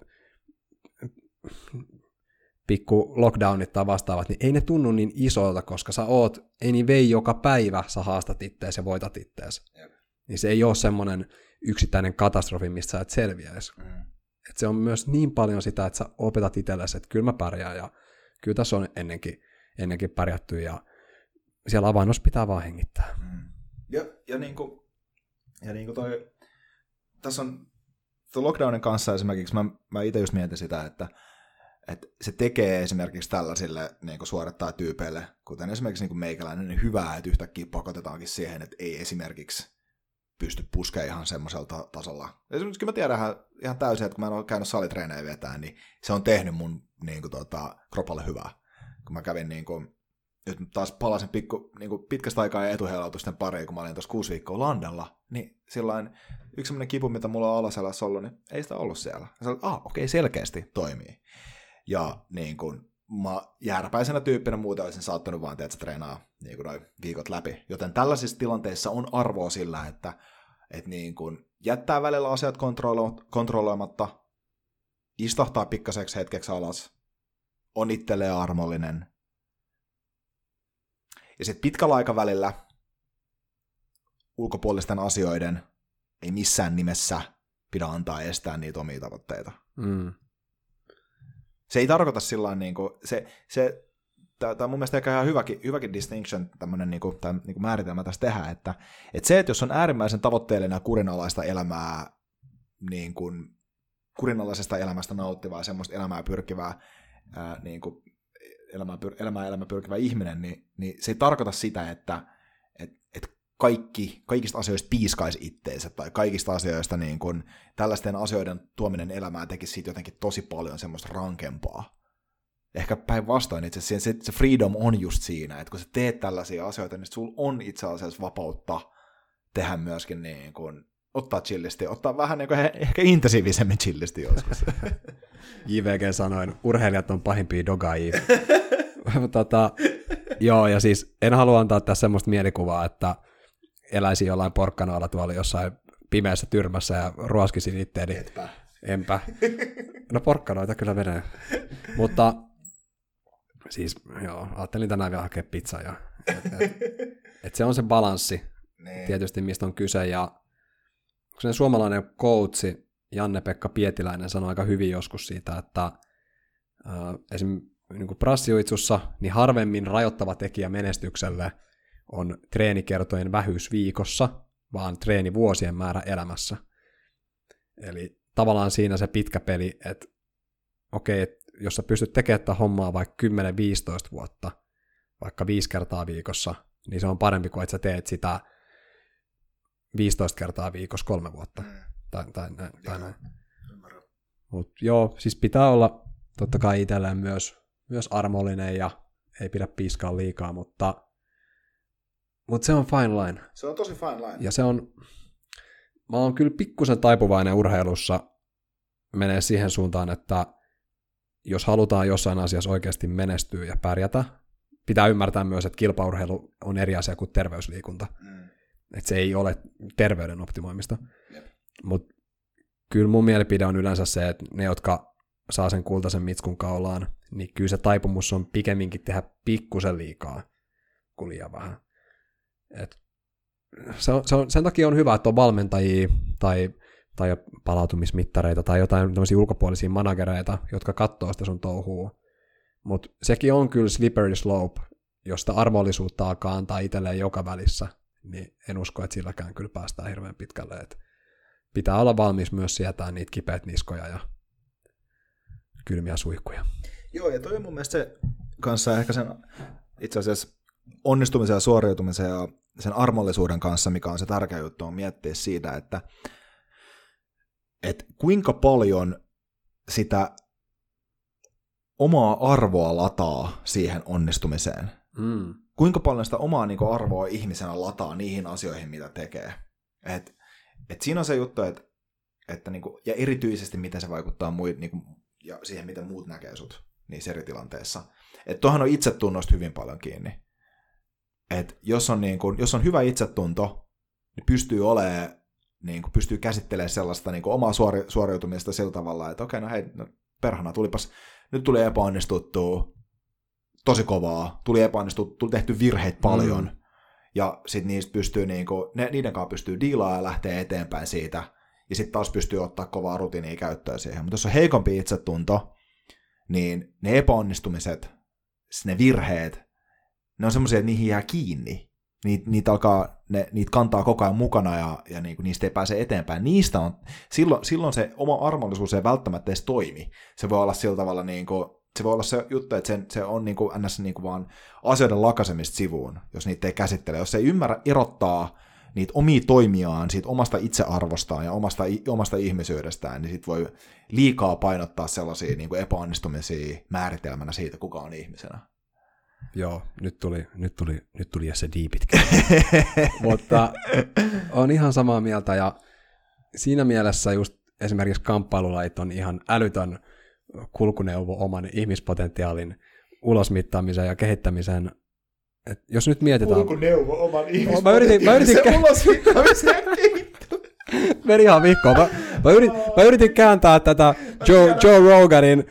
Speaker 2: pikku lockdownit tai vastaavat, niin ei ne tunnu niin isolta, koska sä oot anyway joka päivä sä haastat ittees ja voitat ittees. Niin se ei ole semmoinen yksittäinen katastrofi, mistä sä et selviäisi. Et se on myös niin paljon sitä, että sä opetat itsellesi, että kyllä mä pärjään ja kyllä tässä on ennenkin pärjätty ja siellä avannossa pitää vaan hengittää.
Speaker 1: Ja niin kuin toi, tässä on lockdownin kanssa esimerkiksi mä itse just mietin sitä, että se tekee esimerkiksi tällaisille niin suorittaa tyypeille, kuten esimerkiksi niin meikäläinen, niin hyvää, että yhtäkkiä pakotetaankin siihen, että ei esimerkiksi pysty puskemaan ihan semmoisella tasolla. Esimerkiksi mä tiedän ihan täysin, että kun mä en ole käynyt salitreenejä vetään, niin se on tehnyt mun niin kuin, kropalle hyvää. Kun mä kävin, niin kuin, nyt taas palasin pitkästä aikaa etuheilautusten pariin, kun mä olin tuossa 6 viikkoa landella, niin sillain yksi semmoinen kipu, mitä mulla on alaselässä ollut, niin ei sitä ollut siellä. Ja sanoin, että okei, selkeästi toimii. Ja niin kuin, mä jääräpäisenä tyyppinä muuten olisin saattanut vaan treenaa niin kuin noin viikot läpi. Joten tällaisissa tilanteissa on arvoa sillä, että niin kuin jättää välillä asiat kontrolloimatta, istahtaa pikkaseksi hetkeksi alas, on itselleen armollinen. Ja sitten pitkällä aikavälillä ulkopuolisten asioiden ei missään nimessä pidä antaa estää niitä omia tavoitteita. Mm. Se ei tarkoita sillain, niin kuin, tämä on mun mielestä ehkä ihan hyväkin distinction, tämmöinen niin kuin määritelmä tässä tehdä, että se, että jos on äärimmäisen tavoitteellinen ja kurinalaista elämää, niin kuin kurinalaisesta elämästä nauttivaa, semmoista elämää pyrkivää, niin kuin elämää pyrkivä ihminen, niin se ei tarkoita sitä, että kaikista asioista piiskaisi itteensä, tai kaikista asioista niin kuin, tällaisten asioiden tuominen elämään tekisi siitä jotenkin tosi paljon semmoista rankempaa. Ehkä päinvastoin itse asiassa se freedom on just siinä, että kun sä teet tällaisia asioita, niin sulla on itse asiassa vapautta tehdä myöskin niin kuin, ottaa chillisti, ottaa vähän niin kuin ehkä intensiivisemmin chillisti joskus.
Speaker 2: JVG sanoin, urheilijat on pahimpia dogaajia. Joo, ja siis en halua antaa tässä semmoista mielikuvaa, että eläisin jollain porkkanoilla tuolla jossain pimeässä tyrmässä ja ruoskisin itteeni. Enpä. No porkkanoita kyllä menee. Mutta siis joo, ajattelin tänään vielä hakea pizzaa. Et se on se balanssi tietysti, mistä on kyse. Ja sen suomalainen coachi Janne-Pekka Pietiläinen sanoi aika hyvin joskus siitä, että esimerkiksi niin prassiuitsussa niin harvemmin rajoittava tekijä menestykselle on treenikertojen vähyys viikossa, vaan treenivuosien määrä elämässä. Eli tavallaan siinä se pitkä peli, että okei, jos sä pystyt tekemään tätä hommaa vaikka 10-15 vuotta, vaikka 5 kertaa viikossa, niin se on parempi kuin että sä teet sitä 15 kertaa viikossa 3 vuotta. Tai näin. Mut joo, siis pitää olla totta kai itselleen myös armollinen ja ei pidä piiskaa liikaa, mutta se on fine line.
Speaker 1: Se on tosi fine line.
Speaker 2: Ja mä oon kyllä pikkusen taipuvainen urheilussa menee siihen suuntaan, että jos halutaan jossain asiassa oikeasti menestyä ja pärjätä, pitää ymmärtää myös, että kilpaurheilu on eri asia kuin terveysliikunta. Että se ei ole terveyden optimoimista. Mutta kyllä mun mielipide on yleensä se, että ne, jotka saa sen kultaisen mitskun kaulaan, niin kyllä se taipumus on pikemminkin tehdä pikkusen liikaa kuin liian vähän. Sen takia on hyvä, että on valmentajia tai palautumismittareita tai jotain tämmöisiä ulkopuolisia managereita, jotka katsoo sitä sun touhua. Mutta sekin on kyllä slippery slope, jos sitä armollisuutta alkaa antaa itselleen joka välissä, niin en usko, että silläkään kyllä päästään hirveän pitkälle. Et pitää olla valmis myös sietää niitä kipeät niskoja ja kylmiä suihkuja.
Speaker 1: Joo, ja toi on mun mielestä se kanssa ehkä sen itse asiassa onnistumisen ja suoriutumisen ja sen armollisuuden kanssa, mikä on se tärkeä juttu, on miettiä siitä, että kuinka paljon sitä omaa arvoa lataa siihen onnistumiseen. Kuinka paljon sitä omaa niin kuin, arvoa ihmisenä lataa niihin asioihin, mitä tekee. Et siinä on se juttu, että niin kuin, ja erityisesti miten se vaikuttaa niin kuin, ja siihen, miten muut näkee sut niissä eri tilanteissa. Tuohan on itsetunnosta hyvin paljon kiinni. Jos on hyvä itsetunto, niin pystyy käsittelemään sellaista niin kuin omaa suoriutumista sillä tavalla, että okei, no hei, perhana, nyt tuli epäonnistuttua tosi kovaa, tuli tehty virheitä paljon, ja sitten niistä pystyy, niiden kanssa pystyy diilaamaan ja lähteä eteenpäin siitä, ja sitten taas pystyy ottaa kovaa rutiinia käyttöön siihen. Mutta jos on heikompi itsetunto, niin ne epäonnistumiset, ne virheet, ne on semmoisia, että niihin jää kiinni. niitä kantaa koko ajan mukana ja niin kuin niistä ei pääse eteenpäin. Niistä on, silloin se oma armollisuus ei välttämättä edes toimi. Se voi olla sillä tavalla, niin kuin, se voi olla se juttu, että se on niin kuin ns. Niin kuin vaan asioiden lakasemista sivuun, jos niitä ei käsittele. Jos ei ymmärrä erottaa niitä omia toimiaan siitä omasta itsearvostaan ja omasta ihmisyydestään, niin sit voi liikaa painottaa sellaisia niin kuin epäonnistumisia määritelmänä siitä, kuka on ihmisenä.
Speaker 2: Joo, nyt tuli se diipitkin. Mutta on ihan samaa mieltä, ja siinä mielessä just esimerkiksi kamppailulajit on ihan älytön kulkuneuvo oman ihmispotentiaalin ulosmittaamiseen ja kehittämiseen. Et jos nyt mietitään...
Speaker 1: Kulkuneuvo oman ihmispotentiaalin
Speaker 2: se
Speaker 1: ulosmittaamiseen
Speaker 2: meni ihan vihkoon. Mä yritin kääntää tätä Joe Roganin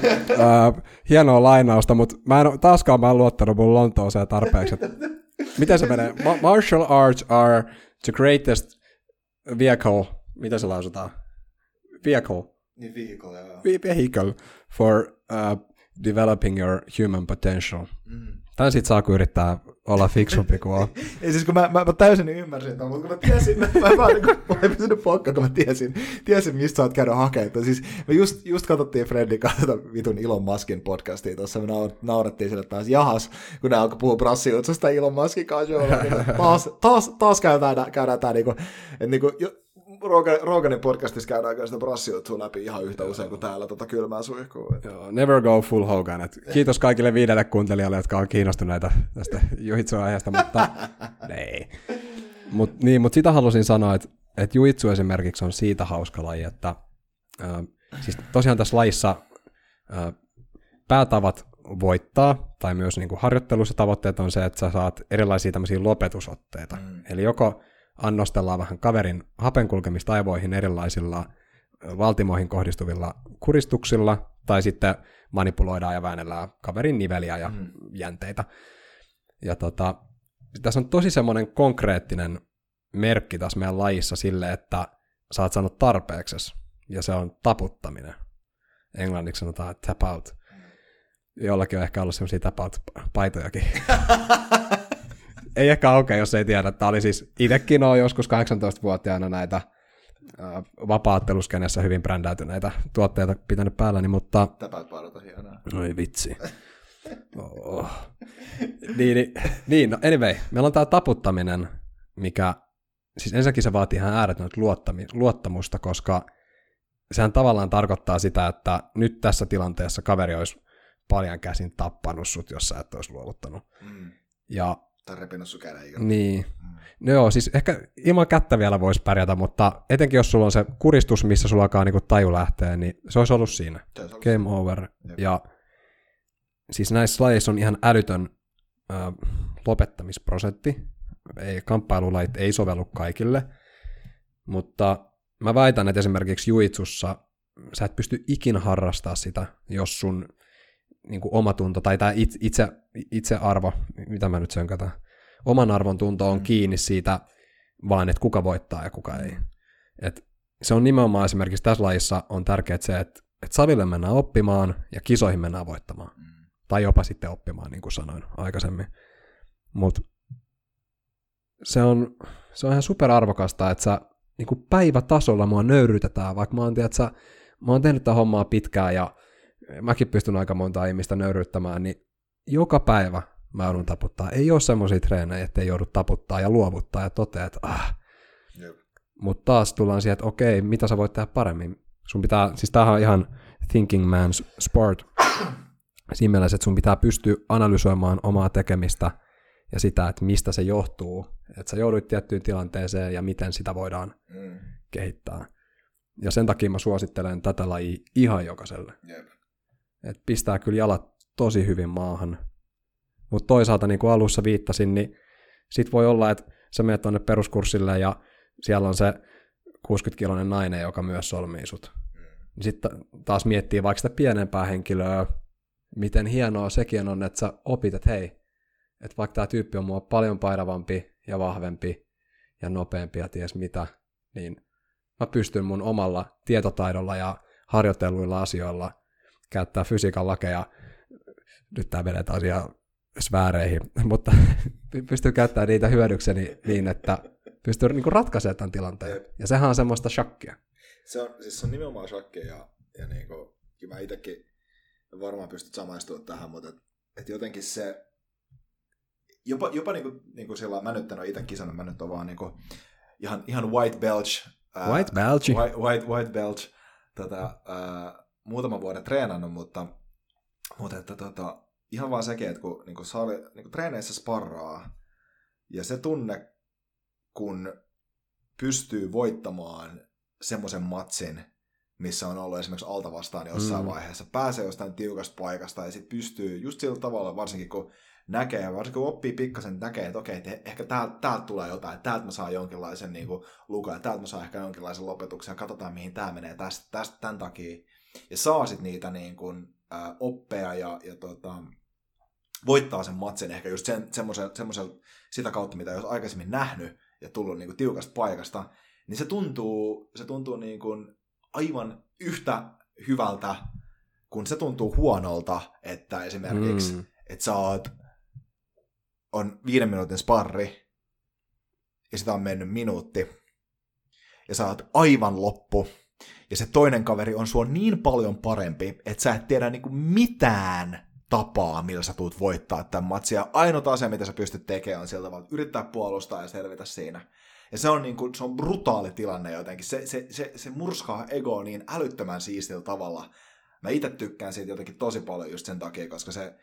Speaker 2: hienoa lainausta, mutta mä en luottanut mun Lontooseen tarpeeksi. Miten se menee? Martial arts are the greatest vehicle. Mitä se lausutaan? Vehicle.
Speaker 1: Niin vehicle, joo.
Speaker 2: Vehicle for developing your human potential. Tän sit saa yrittää olla fiksumpi kuin on.
Speaker 1: Ei siis kun mä täysin ymmärsin tämän, mutta kun mä tiesin, mä en pysynyt pokkaan, kun mä tiesin mistä sä oot käynyt hakemaan. Siis me just katsottiin Fredin kanssa vitun Elon Muskin podcastia tuossa, me naurettiin sille taas jahas, kun ne alkoi puhua brassiutsusta Elon Muskin kanssa, taas käydään tää niinku, että niinku, Roganin podcastissa käydään sitä brassiutsua läpi ihan yhtä usein kuin täällä kylmää suihkua.
Speaker 2: Joo, never go full Hogan. Kiitos kaikille 5 kuuntelijalle, jotka on kiinnostuneita tästä jujitsu-aiheesta, mutta ei. Mutta sitä halusin sanoa, että jujitsu esimerkiksi on siitä hauska laji, että siis tosiaan tässä lajissa päätavat voittaa, tai myös niin kuin harjoittelussa tavoitteet on se, että sä saat erilaisia tämmöisiä lopetusotteita. Eli joko annostellaan vähän kaverin hapenkulkemista aivoihin erilaisilla valtimoihin kohdistuvilla kuristuksilla, tai sitten manipuloidaan ja väännellään kaverin niveliä ja jänteitä. Ja tässä on tosi semmoinen konkreettinen merkki tässä meidän lajissa sille, että sä oot saanut tarpeeksi, ja se on taputtaminen. Englanniksi sanotaan tap out. Jollakin on ehkä ollut semmoisia tap out-paitojakin. Ei ehkä aukea, jos ei tiedä. Tämä oli siis, itsekin olen joskus 18-vuotiaana näitä vapaa-otteluskenessä hyvin brändäytyneitä tuotteita pitänyt päälläni, mutta...
Speaker 1: Täpäät paidot on hienoa.
Speaker 2: Oi vitsi. Oh. Niin, no anyway, meillä on tämä taputtaminen, mikä, siis ensinnäkin se vaatii ihan ääretöntä luottamusta, koska sehän tavallaan tarkoittaa sitä, että nyt tässä tilanteessa kaveri olisi paljon käsin tappanut sut, jos sä et olisi luovuttanut. Ja
Speaker 1: tai repinyt sun käden ikään.
Speaker 2: Niin. No joo, siis ehkä ilman kättä vielä voisi pärjätä, mutta etenkin jos sulla on se kuristus, missä sulla alkaa niinku taju lähteä, niin se olisi ollut siinä. Game over. Jep. Ja siis näissä lajeissa on ihan älytön lopettamisprosentti. Kamppailulajit ei sovellu kaikille, mutta mä väitän, että esimerkiksi jujitsussa sä et pysty ikinä harrastamaan sitä, jos sun niinku omatunto tai tämä itsearvo, mitä mä nyt sönkätän, oman arvon tunto on kiinni siitä vaan, että kuka voittaa ja kuka ei. Et se on nimenomaan esimerkiksi tässä lajissa on tärkeää se, että salille mennään oppimaan ja kisoihin mennään voittamaan. Tai jopa sitten oppimaan, niin kuin sanoin aikaisemmin. Mutta se on ihan superarvokasta, että sä niin kuin päivätasolla mua nöyrytetään, vaikka mä oon tehnyt tätä hommaa pitkään ja mäkin pystyn aika monta ihmistä nöyryyttämään, niin joka päivä mä joudun taputtaa. Ei ole semmoisia treenejä, ettei joudu taputtaa ja luovuttaa ja toteaa, että Mutta taas tullaan siihen, että okei, mitä sä voit tehdä paremmin? Sun pitää, siis tämähän on ihan thinking man's sport. Siinä mielessä, että sun pitää pystyä analysoimaan omaa tekemistä ja sitä, että mistä se johtuu. Että sä jouduit tiettyyn tilanteeseen ja miten sitä voidaan kehittää. Ja sen takia mä suosittelen tätä lajia ihan jokaiselle.
Speaker 1: Yep.
Speaker 2: Et pistää kyllä jalat tosi hyvin maahan. Mutta toisaalta, niin kuin alussa viittasin, niin sit voi olla, että sä menet tuonne peruskurssille ja siellä on se 60-kiloinen nainen, joka myös solmii sut. Sitten taas miettii vaikka sitä pienempää henkilöä, miten hienoa sekin on, että sä opit, että hei, että vaikka tämä tyyppi on mua paljon painavampi ja vahvempi ja nopeampi ja ties mitä, niin mä pystyn mun omalla tietotaidolla ja harjoitelluilla asioilla käyttää fysiikan lakeja. Nyt tää vedetään asiaa sfääreihin, mutta pystyy käyttämään niitä hyödykseni niin, että pystyy niin kuin ratkaisemaan tämän tilanteen. Ja sehän on semmoista shakkia.
Speaker 1: Se on nimenomaan shakkia, ja niin kuin, mä itsekin varmaan pystyt samaistumaan tähän, mutta et jotenkin se, jopa niin kuin sillä, mä nyt en ole itse kisannut, mä nyt on vaan niin kuin, ihan white belch, white belch, muutaman vuoden treenannut, mutta että ihan vaan sekin, että kun niin treeneissä sparraa, ja se tunne, kun pystyy voittamaan semmoisen matsin, missä on ollut esimerkiksi alta vastaan jossain vaiheessa, pääsee jostain tiukasta paikasta, ja sitten pystyy just sillä tavalla, varsinkin kun näkee, varsinkin kun oppii pikkasen, näkee, että okei, että ehkä täältä tulee jotain, täältä mä saan jonkinlaisen niin lukan, täältä mä saan ehkä jonkinlaisen lopetuksen, ja katsotaan, mihin tämä menee tästä tämän takia. Ja saa sitten niitä niin kuin, oppeja ja voittaa sen matsin ehkä just semmoisella sitä kautta, mitä jos aikaisemmin nähnyt ja tullut niin kuin tiukasta paikasta, niin se tuntuu niin kuin aivan yhtä hyvältä, kun se tuntuu huonolta, että esimerkiksi, että on 5 minuutin sparri, ja sitä on mennyt minuutti, ja sä oot aivan loppu, ja se toinen kaveri on sua niin paljon parempi, että sä et tiedä niinku mitään tapaa, millä sä tulet voittaa tämän matsin, ja ainoa asia, mitä sä pystyt tekemään, on sillä tavalla, yrittää puolustaa ja selvitä siinä. Ja se on, niinku, se on brutaali tilanne jotenkin. Se murskaa egoa niin älyttömän siistillä tavalla. Mä itse tykkään siitä jotenkin tosi paljon just sen takia, koska sä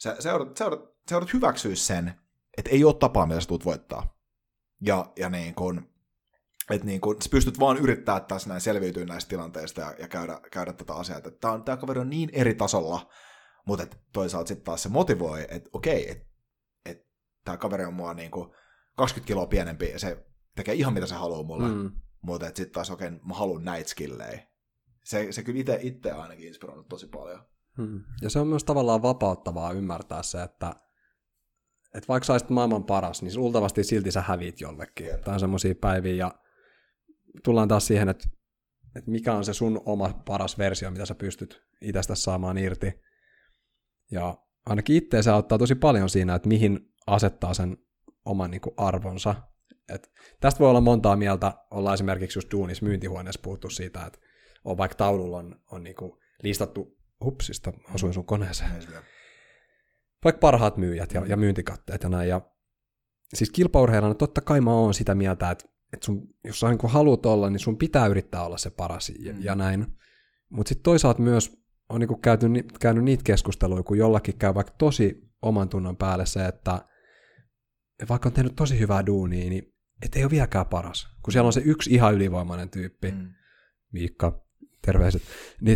Speaker 1: joudut hyväksyä sen, että ei ole tapaa, millä sä tulet voittaa. Ja niin kun, että niin kun, sä pystyt vaan yrittää tässä näin selviytyä näistä tilanteista ja käydä tätä asiaa. Että tää kaveri on niin eri tasolla, mutta toisaalta sitten taas se motivoi, että okei, että tää kaveri on mua niin kuin 20 kiloa pienempi ja se tekee ihan mitä se haluaa mulle. Mutta sitten taas okei, mä haluan näitä skillejä. Se kyllä itse ainakin inspiroinut tosi paljon.
Speaker 2: Ja se on myös tavallaan vapauttavaa ymmärtää se, että vaikka sä olisit maailman paras, niin luultavasti silti sä häviit jollekin. Tämä on semmoisia päiviä, ja tullaan taas siihen, että mikä on se sun oma paras versio, mitä sä pystyt itsestä saamaan irti. Ja ainakin itse se auttaa tosi paljon siinä, että mihin asettaa sen oman niin kuin arvonsa. Et tästä voi olla montaa mieltä. Ollaan esimerkiksi just duunissa myyntihuoneessa puhuttu siitä, että on vaikka taululla on niin kuin listattu, hupsista, asuin sun koneeseen, vaikka parhaat myyjät ja myyntikatteet ja näin. Ja siis kilpaurheilijana totta kai mä oon sitä mieltä, että jos sä niin kuin haluat olla, niin sun pitää yrittää olla se paras ja näin. Mutta sitten toisaalta myös on niin käynyt niitä keskusteluja, kun jollakin käy vaikka tosi oman tunnon päälle se, että vaikka on tehnyt tosi hyvää duunia, niin et ei ole vieläkään paras. Kun siellä on se yksi ihan ylivoimainen tyyppi, Miikka, terveiset, niin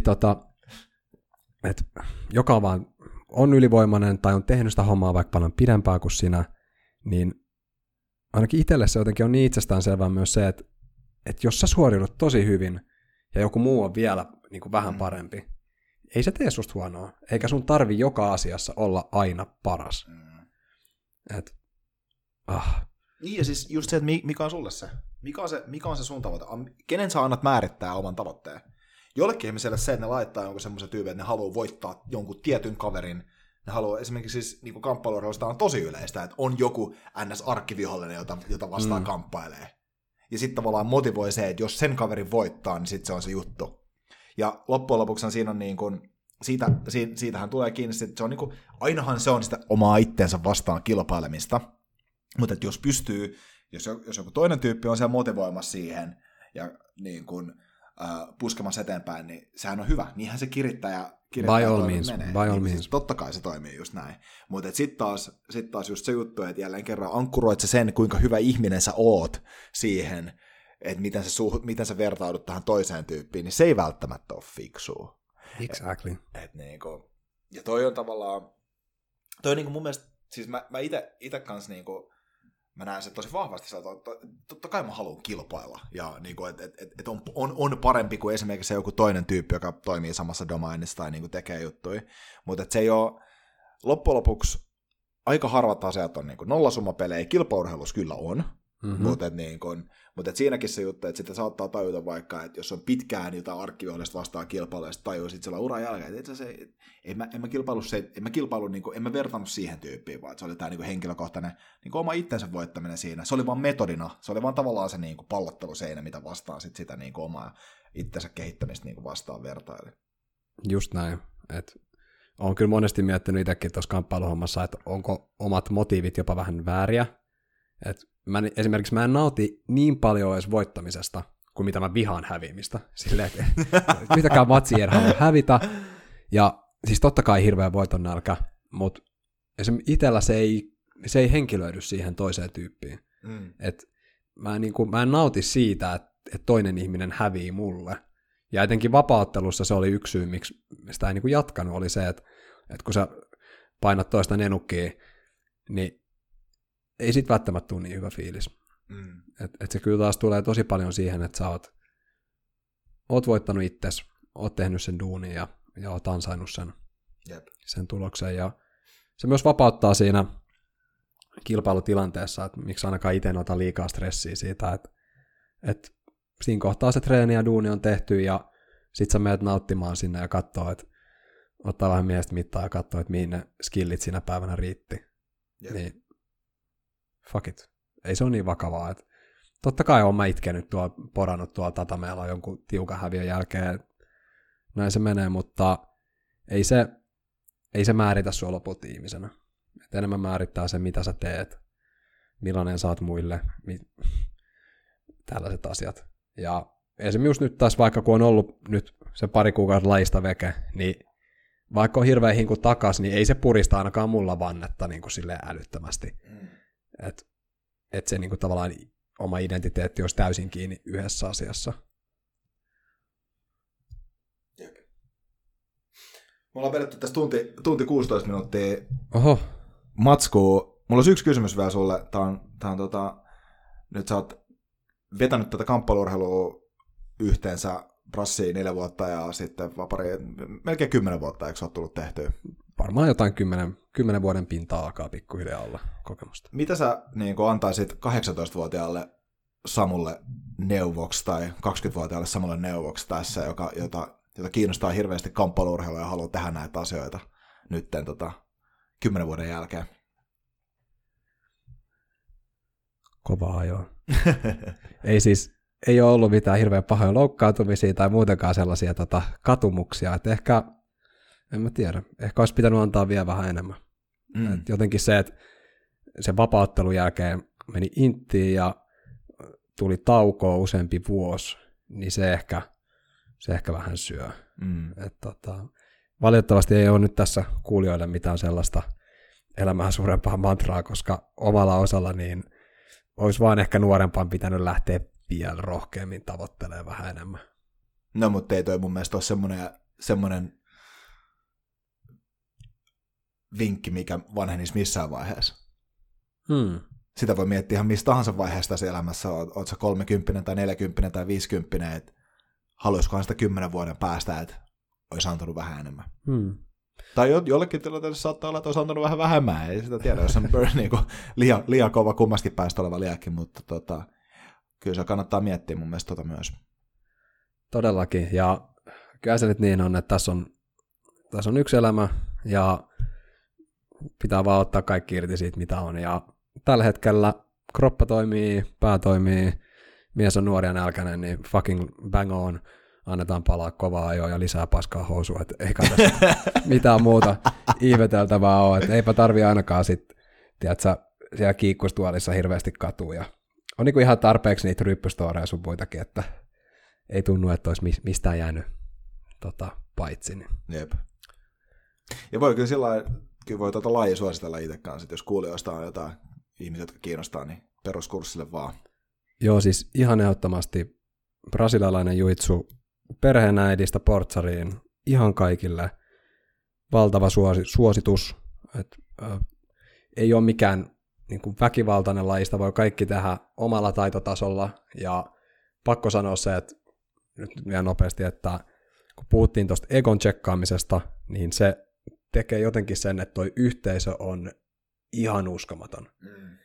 Speaker 2: että joka vaan on ylivoimainen tai on tehnyt sitä hommaa vaikka paljon pidempään kuin sinä, niin ainakin itselle se jotenkin on niin itsestäänselvää myös se, että jos sä suoriudut tosi hyvin ja joku muu on vielä niin kuin vähän parempi, ei se tee susta huonoa, eikä sun tarvi joka asiassa olla aina paras.
Speaker 1: Niin, ja siis just se, että mikä on sulle se? Mikä on se sun tavoite? Kenen sä annat määrittää oman tavoitteen? Jollekin ihmiselle se, että ne laittaa jonkun semmoisen tyypin, että ne haluaa voittaa jonkun tietyn kaverin. Ne haluaa esimerkiksi siis, niin kamppailuurheilusta on tosi yleistä, että on joku NS-arkkivihollinen, jota vastaan kamppailee. Ja sitten tavallaan motivoi se, että jos sen kaverin voittaa, niin sitten se on se juttu. Ja loppujen lopuksi siinä on niin kuin, siitähän tulee kiinni, että se on niin kuin, ainahan se on sitä omaa itteensä vastaan kilpailemista. Mutta jos pystyy, jos joku toinen tyyppi on siellä motivoimassa siihen ja niin kuin, puskemassa eteenpäin, niin sehän on hyvä. Niinhän se kirittäjä
Speaker 2: by all means.
Speaker 1: Siis totta kai se toimii just näin. Mutta sitten taas just se juttu, että jälleen kerran ankkuroit sä sen, kuinka hyvä ihminen sä oot siihen, että miten sä vertaudut tähän toiseen tyyppiin, niin se ei välttämättä ole fiksua.
Speaker 2: Exactly.
Speaker 1: Niinku, ja toi on tavallaan, niinku mun mielestä, siis mä ite kans niinku, mä näen se tosi vahvasti, että totta kai mä haluan kilpailla, ja niinku, että on parempi kuin esimerkiksi se joku toinen tyyppi, joka toimii samassa domainissa tai niinku tekee juttuja, mutta se ei ole, loppujen lopuksi aika harvat asiat on niinku nollasummapelejä, kilpaurheilus kyllä on, Mutta siinäkin se juttu, että sitä saattaa tajuta vaikka, että jos on pitkään jotain arkkivihollista vastaan kilpailua, ja sitten tajuu sitten sillä uran jälkeen, että itse asiassa en mä vertannut siihen tyyppiin, vaan se oli tämä niinku henkilökohtainen niinku oma itsensä voittaminen siinä. Se oli vaan metodina, se oli vaan tavallaan se niinku pallotteluseinä, mitä vastaan sit sitä niinku omaa itsensä kehittämistä niinku vastaan vertaili.
Speaker 2: Just näin. Olen kyllä monesti miettinyt itsekin tuossa kamppailuhommassa, että onko omat motiivit jopa vähän vääriä. Esimerkiksi mä en nauti niin paljon edes voittamisesta, kuin mitä mä vihaan häviämistä. Silleen, että yhtäkään matsia ei halua hävitä. Ja siis totta kai hirveä voiton nälkä, mutta itsellä se ei henkilöidy siihen toiseen tyyppiin. Mä en nauti siitä, että toinen ihminen hävii mulle. Ja etenkin vapauttelussa se oli yksi syy, miksi sitä ei jatkanut, oli se, että kun sä painat toista nenukkiin, niin ei sit välttämättä tule niin hyvä fiilis. Et se kyllä taas tulee tosi paljon siihen, että sä oot voittanut itsesi, oot tehnyt sen duunin ja oot ansainnut sen tuloksen. Ja se myös vapauttaa siinä kilpailutilanteessa, että miksi ainakaan itse en ota liikaa stressiä siitä, että siinä kohtaa se treeni ja duuni on tehty ja sit sä menet nauttimaan sinne ja katsoo, että ottaa vähän miestä mittaa ja katsoo, että mihin ne skillit siinä päivänä riitti. Niin fuck it. Ei se ole niin vakavaa. Että totta kai olen mä itkenyt porannut tuolla tatameella jonkun tiukan häviön jälkeen. Näin se menee, mutta ei se määritä sua lopulta ihmisenä. Et enemmän määrittää se, mitä sä teet, millainen sä oot muille, tällaiset asiat. Ja esimerkiksi nyt taas, vaikka kun on ollut nyt se pari kuukautta lajista veke, niin vaikka on hirveä hinku takas, niin ei se purista ainakaan mulla vannetta niin kuin silleen älyttömästi. Että se niin kuin tavallaan oma identiteetti olisi täysin kiinni yhdessä asiassa.
Speaker 1: Me ollaan vedetty tässä tunti 16 minuuttia
Speaker 2: Oho.
Speaker 1: matskua. Mulla olisi yksi kysymys vielä sulle. Nyt sä oot vetänyt tätä kamppailurheilua yhteensä brassiin 4 vuotta ja sitten vapari melkein 10 vuotta, eikö sä oot tullut tehtyä?
Speaker 2: Varmaan jotain 10 vuoden pintaa alkaa pikkuhiljaa olla kokemusta.
Speaker 1: Mitä sä niin antaisit 18-vuotiaalle Samulle neuvoksi tai 20-vuotiaalle Samulle neuvoksi tässä, jota kiinnostaa hirveästi kamppailurheilua ja haluaa tehdä näitä asioita nytten 10 vuoden jälkeen?
Speaker 2: Kovaa joo. Ei ole ollut mitään hirveän pahoja loukkaantumisia tai muutenkaan sellaisia katumuksia, että ehkä, en mä tiedä, ehkä olisi pitänyt antaa vielä vähän enemmän. Et jotenkin se, että sen vapauttelun jälkeen meni inttiin ja tuli taukoa useampi vuosi, niin se ehkä vähän syö. Valitettavasti ei ole nyt tässä kuulijoille mitään sellaista elämää suurempaa mantraa, koska omalla osalla niin olisi vaan ehkä nuorempaan pitänyt lähteä vielä rohkeammin tavoittelemaan vähän enemmän.
Speaker 1: No, mutta ei toi mun mielestä ole semmoinen vinkki, mikä vanhenisi missään vaiheessa. Sitä voi miettiä ihan mistä tahansa vaiheesta tässä elämässä. Oot sä 30 tai 40 tai 50, että haluaisikohan sitä 10 vuoden päästä, että olisi antanut vähän enemmän. Tai jollekin tilanteessa saattaa olla, että olisi antanut vähän vähemmän, ei sitä tiedä, jos on niinku liian kova kummastakin päästä oleva liäkki, mutta kyllä se kannattaa miettiä mun mielestä myös.
Speaker 2: Todellakin, ja kyllä se nyt niin on, että tässä on yksi elämä, ja pitää vaan ottaa kaikki irti siitä, mitä on, ja tällä hetkellä kroppa toimii, pää toimii, mies on nuori ja nälkäinen, niin fucking bang on, annetaan palaa kovaa ajoa ja lisää paskaa housua, että ei kannata mitään muuta ihmeteltävää ole, että eipä tarvitse ainakaan sitten, tiedätkö, siellä kiikkustuolissa hirveästi katua, ja on niin kuin ihan tarpeeksi niitä ryppystoreja sun muitakin, että ei tunnu, että olisi mistään jäänyt paitsi. Niin.
Speaker 1: Jep. Ja voi kyllä sillä voi lajia suositella itse kanssa, jos kuulijoista on jotain ihmisiä, jotka kiinnostaa, niin peruskurssille vaan.
Speaker 2: Joo, siis ihan ehdottomasti brasilialainen jiu-jitsu perheenäidistä portsariin ihan kaikille valtava suositus. Ei ole mikään niin kuin väkivaltainen lajista, voi kaikki tehdä omalla taitotasolla, ja pakko sanoa se, että nyt vielä nopeasti, että kun puhuttiin tuosta egon tsekkaamisesta, niin se tekee jotenkin sen, että toi yhteisö on ihan uskomaton.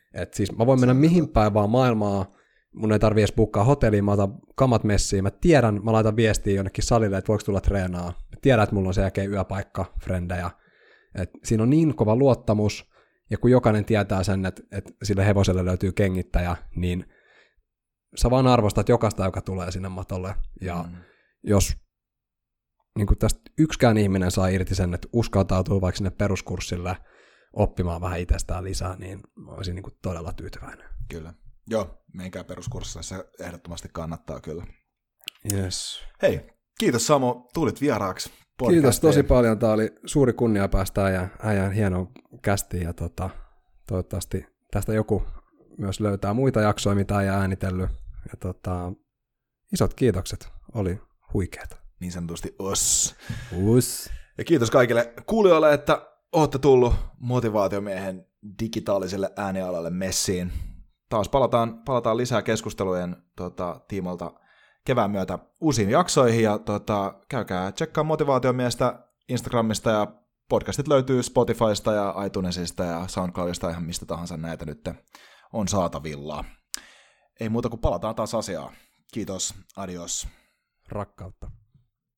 Speaker 2: Et siis mä voin mennä mihin päin vaan maailmaa, mun ei tarvii edes bukkaa hotelliin, mä otan kamat messiin, mä tiedän, mä laitan viestiä jonnekin salille, että voiko tulla treenaa. Mä tiedän, että mulla on sen jälkeen yöpaikka, frendejä. Et siinä on niin kova luottamus, ja kun jokainen tietää sen, että sille hevoselle löytyy kengittäjä, niin sä vaan arvostat jokaista, joka tulee sinne matolle. Ja jos niin kun tästä yksikään ihminen saa irti sen, että uskaltautuu vaikka sinne peruskurssille oppimaan vähän itsestään lisää, niin olisin niin kuin todella tyytyväinen.
Speaker 1: Kyllä. Joo, menkää peruskurssille, se ehdottomasti kannattaa kyllä.
Speaker 2: Yes.
Speaker 1: Hei, kiitos Samu, tulit vieraaksi podcastiin.
Speaker 2: Kiitos tosi paljon, tämä oli suuri kunnia päästä äijän hienoon kästiin, ja toivottavasti tästä joku myös löytää muita jaksoja, mitä äijä äänitellyt, ja isot kiitokset, oli huikeeta.
Speaker 1: Niin sanotusti us. Ja kiitos kaikille kuulijoille, että olette tullut Motivaatiomiehen digitaaliselle äänialalle messiin. Taas palataan lisää keskustelujen tiimoilta kevään myötä uusiin jaksoihin, ja käykää tsekkaa Motivaatiomiestä Instagramista, ja podcastit löytyy Spotifysta ja iTunesista ja SoundCloudista, ihan mistä tahansa näitä nyt on saatavilla. Ei muuta kuin palataan taas asiaan. Kiitos, adios.
Speaker 2: Rakkautta.